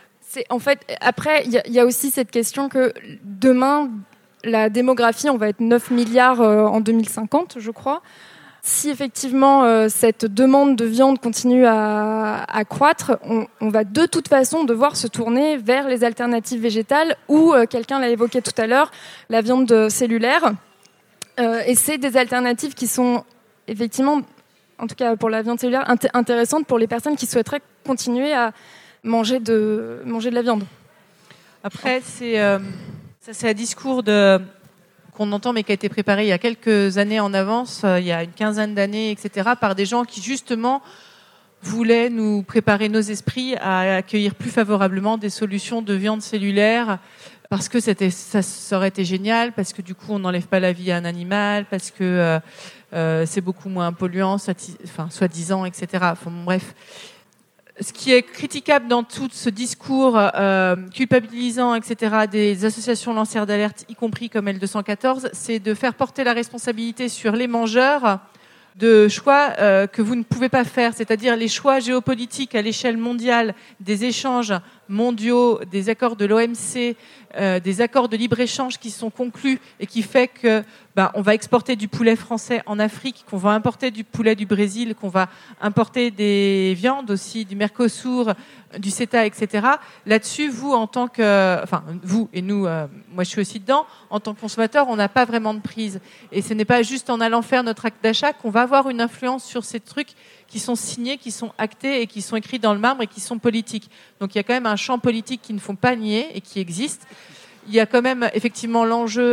S8: Après, il y a aussi cette question que demain, la démographie, on va être 9 milliards en 2050, je crois. Si effectivement cette demande de viande continue à croître, on va de toute façon devoir se tourner vers les alternatives végétales, ou quelqu'un l'a évoqué tout à l'heure, la viande cellulaire. Et c'est des alternatives qui sont effectivement, en tout cas pour la viande cellulaire, intéressantes pour les personnes qui souhaiteraient continuer à manger de la viande.
S6: Après, c'est un discours qu'on entend, mais qui a été préparé il y a quelques années en avance, il y a une quinzaine d'années, etc., par des gens qui justement voulaient nous préparer nos esprits à accueillir plus favorablement des solutions de viande cellulaire, parce que ça aurait été génial, parce que du coup on n'enlève pas la vie à un animal, parce que c'est beaucoup moins polluant, soi-disant, etc. Enfin, bref. Ce qui est critiquable dans tout ce discours culpabilisant, etc., des associations lanceurs d'alerte, y compris comme L214, c'est de faire porter la responsabilité sur les mangeurs de choix que vous ne pouvez pas faire, c'est-à-dire les choix géopolitiques à l'échelle mondiale, des échanges mondiaux, des accords de l'OMC, des accords de libre-échange qui sont conclus et qui fait que on va exporter du poulet français en Afrique, qu'on va importer du poulet du Brésil, qu'on va importer des viandes aussi, du Mercosur, du CETA, etc. Là-dessus, vous, en tant que... Enfin, vous et nous, moi je suis aussi dedans, en tant que consommateur, on n'a pas vraiment de prise. Et ce n'est pas juste en allant faire notre acte d'achat qu'on va avoir une influence sur ces trucs qui sont signés, qui sont actés et qui sont écrits dans le marbre et qui sont politiques. Donc il y a quand même un champ politique qu'il ne faut pas nier et qui existe. Il y a quand même effectivement l'enjeu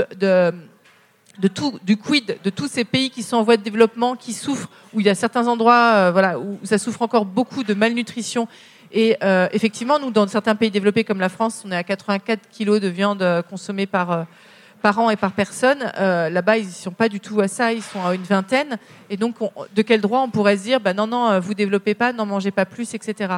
S6: du quid de tous ces pays qui sont en voie de développement, qui souffrent, où il y a certains endroits où ça souffre encore beaucoup de malnutrition. Et effectivement, nous, dans certains pays développés comme la France, on est à 84 kilos de viande consommée par an et par personne. Là-bas, ils ne sont pas du tout à ça, ils sont à une vingtaine. Et donc, de quel droit on pourrait se dire non, vous développez pas, n'en mangez pas plus, etc.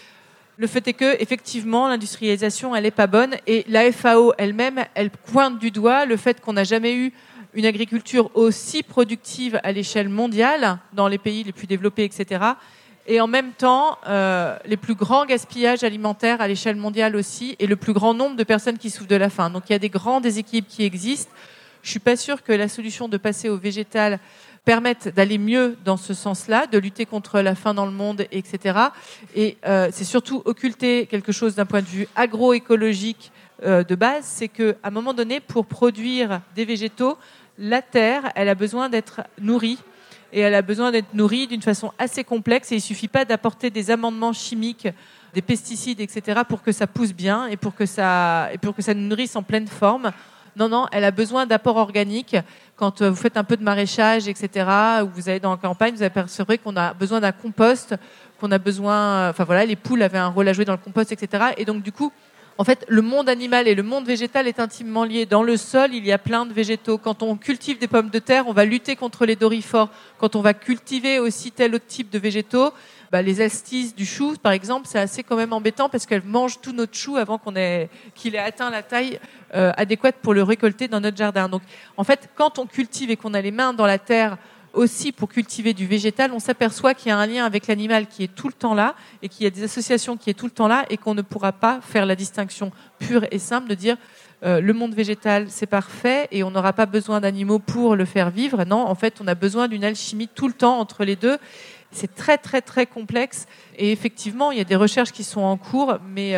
S6: Le fait est que, effectivement, l'industrialisation, elle n'est pas bonne. Et la FAO elle-même, elle pointe du doigt le fait qu'on n'a jamais eu une agriculture aussi productive à l'échelle mondiale, dans les pays les plus développés, etc. Et en même temps, les plus grands gaspillages alimentaires à l'échelle mondiale aussi, et le plus grand nombre de personnes qui souffrent de la faim. Donc il y a des grands déséquilibres qui existent. Je ne suis pas sûre que la solution de passer au végétal permette d'aller mieux dans ce sens-là, de lutter contre la faim dans le monde, etc. Et c'est surtout occulter quelque chose d'un point de vue agroécologique de base, c'est qu'à un moment donné, pour produire des végétaux, la terre, elle a besoin d'être nourrie. Et elle a besoin d'être nourrie d'une façon assez complexe. Et il ne suffit pas d'apporter des amendements chimiques, des pesticides, etc., pour que ça pousse bien et pour que ça nous nourrisse en pleine forme. Non, elle a besoin d'apports organiques. Quand vous faites un peu de maraîchage, etc., ou vous allez dans la campagne, vous apercevrez qu'on a besoin d'un compost, qu'on a besoin... les poules avaient un rôle à jouer dans le compost, etc. Et donc, du coup, en fait, le monde animal et le monde végétal est intimement lié. Dans le sol, il y a plein de végétaux. Quand on cultive des pommes de terre, on va lutter contre les dorifores. Quand on va cultiver aussi tel autre type de végétaux, les alstices du chou, par exemple, c'est assez quand même embêtant parce qu'elles mangent tout notre chou avant qu'il ait atteint la taille adéquate pour le récolter dans notre jardin. Donc, en fait, quand on cultive et qu'on a les mains dans la terre aussi pour cultiver du végétal, on s'aperçoit qu'il y a un lien avec l'animal qui est tout le temps là et qu'il y a des associations qui est tout le temps là et qu'on ne pourra pas faire la distinction pure et simple de dire le monde végétal c'est parfait et on n'aura pas besoin d'animaux pour le faire vivre. Non, en fait, on a besoin d'une alchimie tout le temps entre les deux. C'est très très très complexe et effectivement, il y a des recherches qui sont en cours, mais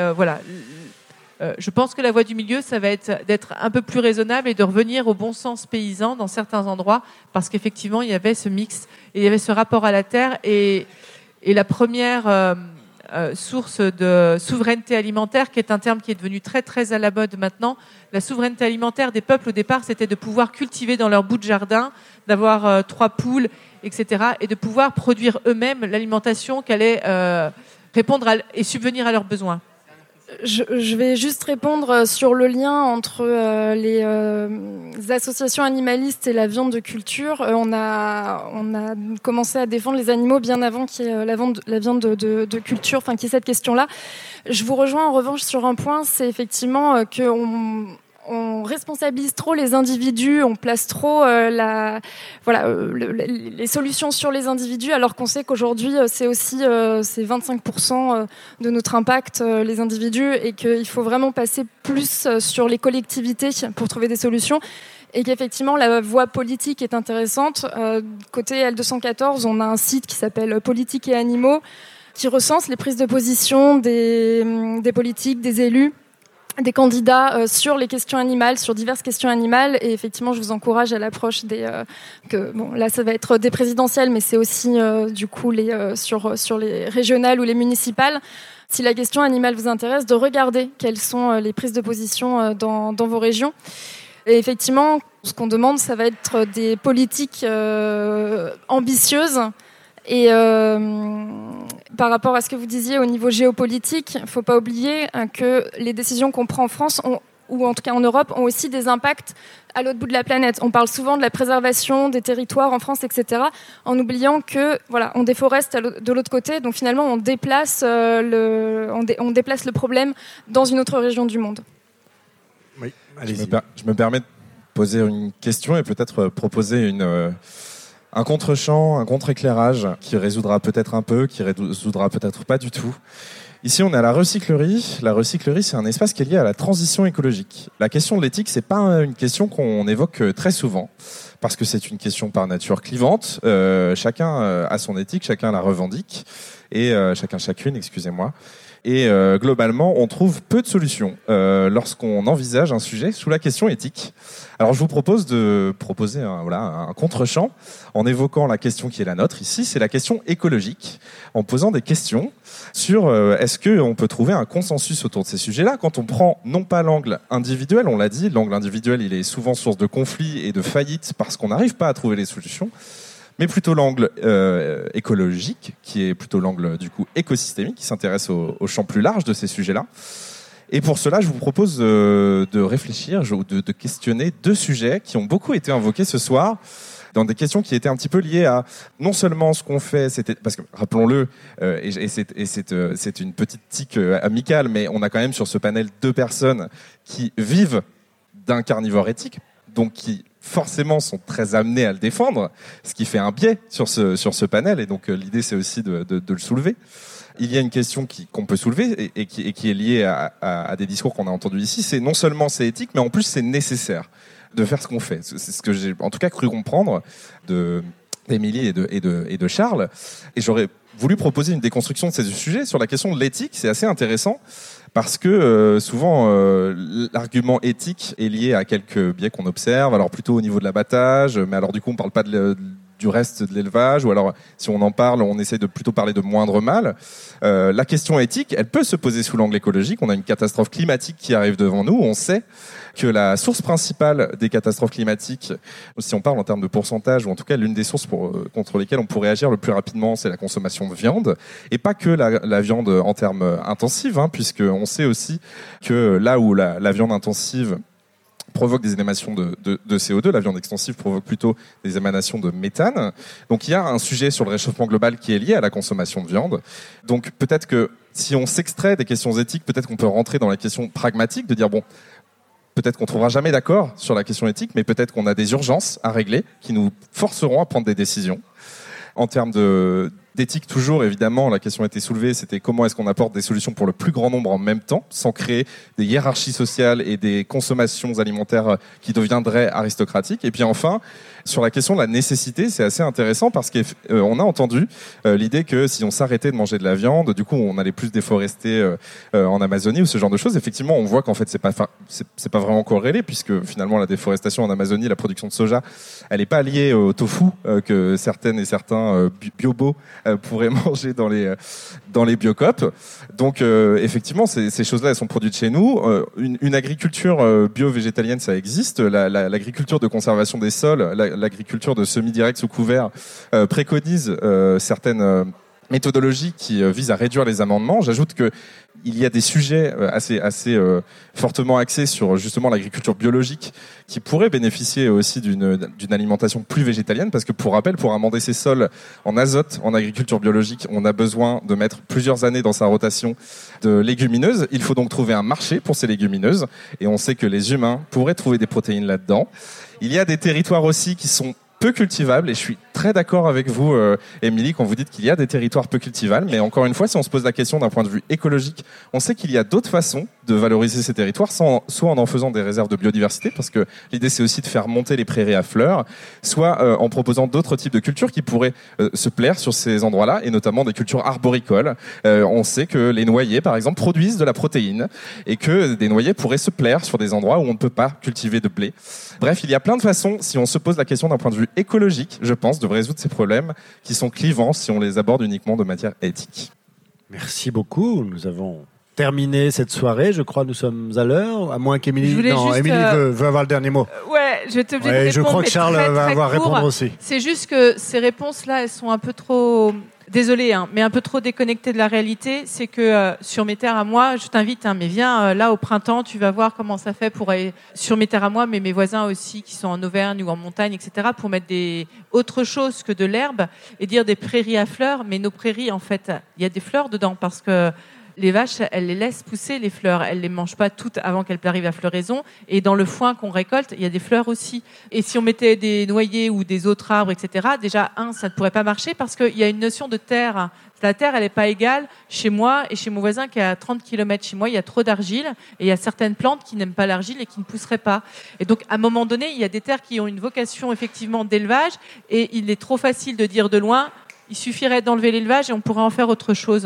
S6: je pense que la voie du milieu, ça va être d'être un peu plus raisonnable et de revenir au bon sens paysan dans certains endroits, parce qu'effectivement, il y avait ce mix et il y avait ce rapport à la terre. Et la première source de souveraineté alimentaire, qui est un terme qui est devenu très, très à la mode maintenant, la souveraineté alimentaire des peuples, au départ, c'était de pouvoir cultiver dans leur bout de jardin, d'avoir 3 poules, etc., et de pouvoir produire eux-mêmes l'alimentation qui allait répondre et subvenir à leurs besoins.
S8: Je vais juste répondre sur le lien entre les associations animalistes et la viande de culture. On a commencé à défendre les animaux bien avant qu'il y ait la viande de culture, enfin qu'il y ait cette question-là. Je vous rejoins en revanche sur un point, c'est effectivement qu'on responsabilise trop les individus, on place trop les solutions sur les individus, alors qu'on sait qu'aujourd'hui c'est aussi c'est 25% de notre impact les individus, et qu'il faut vraiment passer plus sur les collectivités pour trouver des solutions. Et qu'effectivement la voie politique est intéressante. Côté L214, on a un site qui s'appelle Politique et Animaux, qui recense les prises de position des politiques, des élus, des candidats sur les questions animales, sur diverses questions animales. Et effectivement, je vous encourage à l'approche là ça va être des présidentielles, mais c'est aussi du coup sur les régionales ou les municipales. Si la question animale vous intéresse, de regarder quelles sont les prises de position dans vos régions. Et effectivement, ce qu'on demande, ça va être des politiques ambitieuses. Et par rapport à ce que vous disiez au niveau géopolitique, il ne faut pas oublier que les décisions qu'on prend en France, ou en tout cas en Europe, ont aussi des impacts à l'autre bout de la planète. On parle souvent de la préservation des territoires en France, etc., en oubliant que on déforeste de l'autre côté, donc finalement on déplace le problème dans une autre région du monde.
S5: Oui, allez-y.
S15: Je me permets de poser une question et peut-être proposer un contre-champ, un contre-éclairage qui résoudra peut-être un peu, qui résoudra peut-être pas du tout. Ici, on est à la recyclerie. La recyclerie, c'est un espace qui est lié à la transition écologique. La question de l'éthique, c'est pas une question qu'on évoque très souvent, parce que c'est une question par nature clivante. Chacun a son éthique, chacun la revendique, et chacune, excusez-moi. Et globalement, on trouve peu de solutions lorsqu'on envisage un sujet sous la question éthique. Alors je vous propose de proposer un contre-champ en évoquant la question qui est la nôtre ici, c'est la question écologique, en posant des questions sur est-ce qu'on peut trouver un consensus autour de ces sujets-là quand on prend non pas l'angle individuel, on l'a dit, l'angle individuel il est souvent source de conflits et de faillites parce qu'on n'arrive pas à trouver les solutions, mais plutôt l'angle écologique, qui est plutôt l'angle du coup écosystémique, qui s'intéresse au champ plus large de ces sujets-là. Et pour cela, je vous propose de réfléchir, de questionner deux sujets qui ont beaucoup été invoqués ce soir, dans des questions qui étaient un petit peu liées à non seulement ce qu'on fait, parce que rappelons-le, et c'est une petite tique amicale, mais on a quand même sur ce panel 2 personnes qui vivent d'un carnivore éthique, donc qui forcément sont très amenés à le défendre, ce qui fait un biais sur ce panel, et donc l'idée c'est aussi de le soulever. Il y a une question qu'on peut soulever et qui est liée à des discours qu'on a entendus ici, c'est non seulement c'est éthique, mais en plus c'est nécessaire de faire ce qu'on fait. C'est ce que j'ai en tout cas cru comprendre d'Émilie et de Charles, et j'aurais voulu proposer une déconstruction de ces sujets sur la question de l'éthique. C'est assez intéressant parce que souvent l'argument éthique est lié à quelques biais qu'on observe, alors plutôt au niveau de l'abattage, mais alors du coup on parle pas du reste de l'élevage, ou alors si on en parle, on essaie de plutôt parler de moindre mal. La question éthique, elle peut se poser sous l'angle écologique. On a une catastrophe climatique qui arrive devant nous, on sait que la source principale des catastrophes climatiques, si on parle en termes de pourcentage, ou en tout cas l'une des sources contre lesquelles on pourrait agir le plus rapidement, c'est la consommation de viande, et pas que la viande en termes intensifs, puisqu'on sait aussi que là où la viande intensive provoque des émanations de CO2, la viande extensive provoque plutôt des émanations de méthane. Donc il y a un sujet sur le réchauffement global qui est lié à la consommation de viande. Donc peut-être que si on s'extrait des questions éthiques, peut-être qu'on peut rentrer dans la question pragmatique, de dire bon, peut-être qu'on ne trouvera jamais d'accord sur la question éthique, mais peut-être qu'on a des urgences à régler qui nous forceront à prendre des décisions. En termes d'éthique, toujours, évidemment, la question a été soulevée, c'était comment est-ce qu'on apporte des solutions pour le plus grand nombre en même temps, sans créer des hiérarchies sociales et des consommations alimentaires qui deviendraient aristocratiques. Et puis enfin, sur la question de la nécessité, c'est assez intéressant parce qu'on a entendu l'idée que si on s'arrêtait de manger de la viande, du coup, on allait plus déforester en Amazonie ou ce genre de choses. Effectivement, on voit qu'en fait, c'est pas vraiment corrélé, puisque finalement, la déforestation en Amazonie, la production de soja, elle n'est pas liée au tofu que certaines et certains biobos pourraient manger dans les biocopes. Donc, effectivement, ces choses-là, elles sont produites chez nous. Une agriculture bio-végétalienne, ça existe. L'agriculture de conservation des sols, l'agriculture de semi-direct sous couvert préconise certaines méthodologies qui visent à réduire les amendements. J'ajoute que il y a des sujets assez fortement axés sur justement l'agriculture biologique qui pourraient bénéficier aussi d'une alimentation plus végétalienne, parce que pour rappel, pour amender ces sols en azote en agriculture biologique, on a besoin de mettre plusieurs années dans sa rotation de légumineuses. Il faut donc trouver un marché pour ces légumineuses, et on sait que les humains pourraient trouver des protéines là-dedans. Il y a des territoires aussi qui sont peu cultivables, et je suis très d'accord avec vous, Émilie, quand vous dites qu'il y a des territoires peu cultivables, mais encore une fois, si on se pose la question d'un point de vue écologique, on sait qu'il y a d'autres façons de valoriser ces territoires, soit en faisant des réserves de biodiversité, parce que l'idée c'est aussi de faire monter les prairies à fleurs, soit en proposant d'autres types de cultures qui pourraient se plaire sur ces endroits-là, et notamment des cultures arboricoles. On sait que les noyers, par exemple, produisent de la protéine, et que des noyers pourraient se plaire sur des endroits où on ne peut pas cultiver de blé. Bref, il y a plein de façons, si on se pose la question d'un point de vue écologique, je pense, de résoudre ces problèmes qui sont clivants si on les aborde uniquement de manière éthique.
S5: Merci beaucoup. Nous avons terminé cette soirée. Je crois que nous sommes à l'heure, à moins qu'Émilie... Non, Émilie veut avoir le dernier mot.
S6: Ouais, je vais t'obliger de répondre.
S5: Je crois que Charles va avoir à répondre aussi.
S6: C'est juste que ces réponses-là, elles sont un peu trop... Désolée, mais un peu trop déconnectées de la réalité. C'est que sur mes terres à moi, je t'invite, mais viens là au printemps, tu vas voir comment ça fait pour aller sur mes terres à moi, mais mes voisins aussi qui sont en Auvergne ou en montagne, etc., pour mettre autre chose que de l'herbe et dire des prairies à fleurs. Mais nos prairies, en fait, il y a des fleurs dedans parce que les vaches, elles les laissent pousser, les fleurs. Elles les mangent pas toutes avant qu'elles arrivent à floraison. Et dans le foin qu'on récolte, il y a des fleurs aussi. Et si on mettait des noyers ou des autres arbres, etc., déjà, ça ne pourrait pas marcher parce qu'il y a une notion de terre. La terre, elle n'est pas égale chez moi et chez mon voisin qui est à 30 km chez moi. Il y a trop d'argile et il y a certaines plantes qui n'aiment pas l'argile et qui ne pousseraient pas. Et donc, à un moment donné, il y a des terres qui ont une vocation effectivement d'élevage et il est trop facile de dire de loin, il suffirait d'enlever l'élevage et on pourrait en faire autre chose.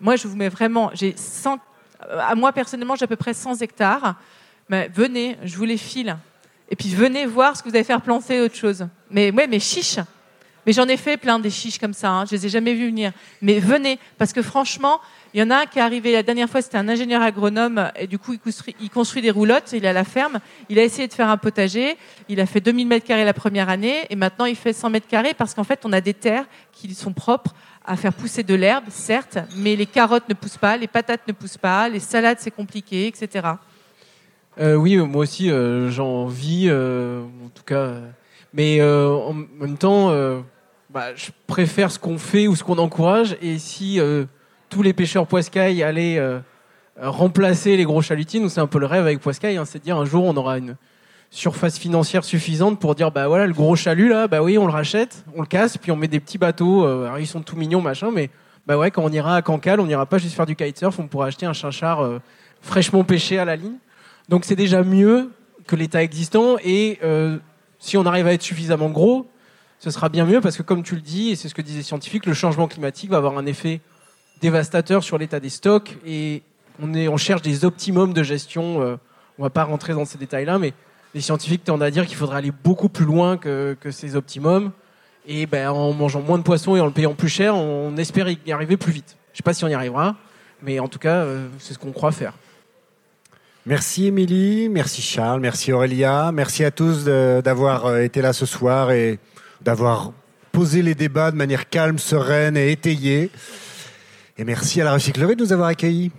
S6: Moi, je vous mets vraiment, moi personnellement, j'ai à peu près 100 hectares. Mais venez, je vous les file. Et puis venez voir ce que vous allez faire planter autre chose. Mais chiches. Mais j'en ai fait plein des chiches comme ça, hein. Je les ai jamais vus venir. Mais venez, parce que franchement, il y en a un qui est arrivé la dernière fois, c'était un ingénieur agronome, et du coup, il construit des roulottes, il est à la ferme, il a essayé de faire un potager, il a fait 2000 m² la première année, et maintenant il fait 100 m², parce qu'en fait, on a des terres qui sont propres à faire pousser de l'herbe, certes, mais les carottes ne poussent pas, les patates ne poussent pas, les salades, c'est compliqué, etc.
S7: Oui, moi aussi, j'en vis, en tout cas. Mais en même temps, je préfère ce qu'on fait ou ce qu'on encourage. Et si tous les pêcheurs poiscailles allaient remplacer les gros chalutiers, nous, c'est un peu le rêve avec poiscaille, hein, c'est de dire un jour on aura une surface financière suffisante pour dire voilà, le gros chalut là, oui, on le rachète, on le casse, puis on met des petits bateaux. Alors ils sont tout mignons, machin, mais quand on ira à Cancale, on n'ira pas juste faire du kitesurf, on pourra acheter un chinchard fraîchement pêché à la ligne. Donc c'est déjà mieux que l'état existant, et si on arrive à être suffisamment gros, ce sera bien mieux, parce que comme tu le dis, et c'est ce que disaient les scientifiques, le changement climatique va avoir un effet dévastateur sur l'état des stocks, et on cherche des optimums de gestion. On va pas rentrer dans ces détails-là, mais les scientifiques tendent à dire qu'il faudrait aller beaucoup plus loin que ces optimums, et en mangeant moins de poissons et en le payant plus cher, on espère y arriver plus vite. Je sais pas si on y arrivera, mais en tout cas, c'est ce qu'on croit faire.
S5: Merci Émilie, merci Charles, merci Aurélia, merci à tous d'avoir été là ce soir et d'avoir posé les débats de manière calme, sereine et étayée. Et merci à la Recyclerie de nous avoir accueillis.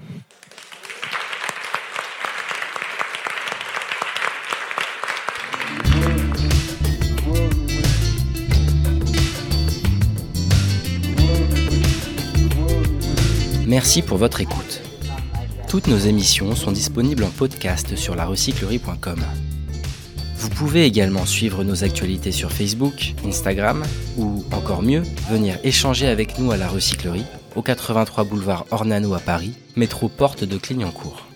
S2: Merci pour votre écoute. Toutes nos émissions sont disponibles en podcast sur larecyclerie.com. Vous pouvez également suivre nos actualités sur Facebook, Instagram ou, encore mieux, venir échanger avec nous à la Recyclerie, au 83 boulevard Ornano à Paris, métro porte de Clignancourt.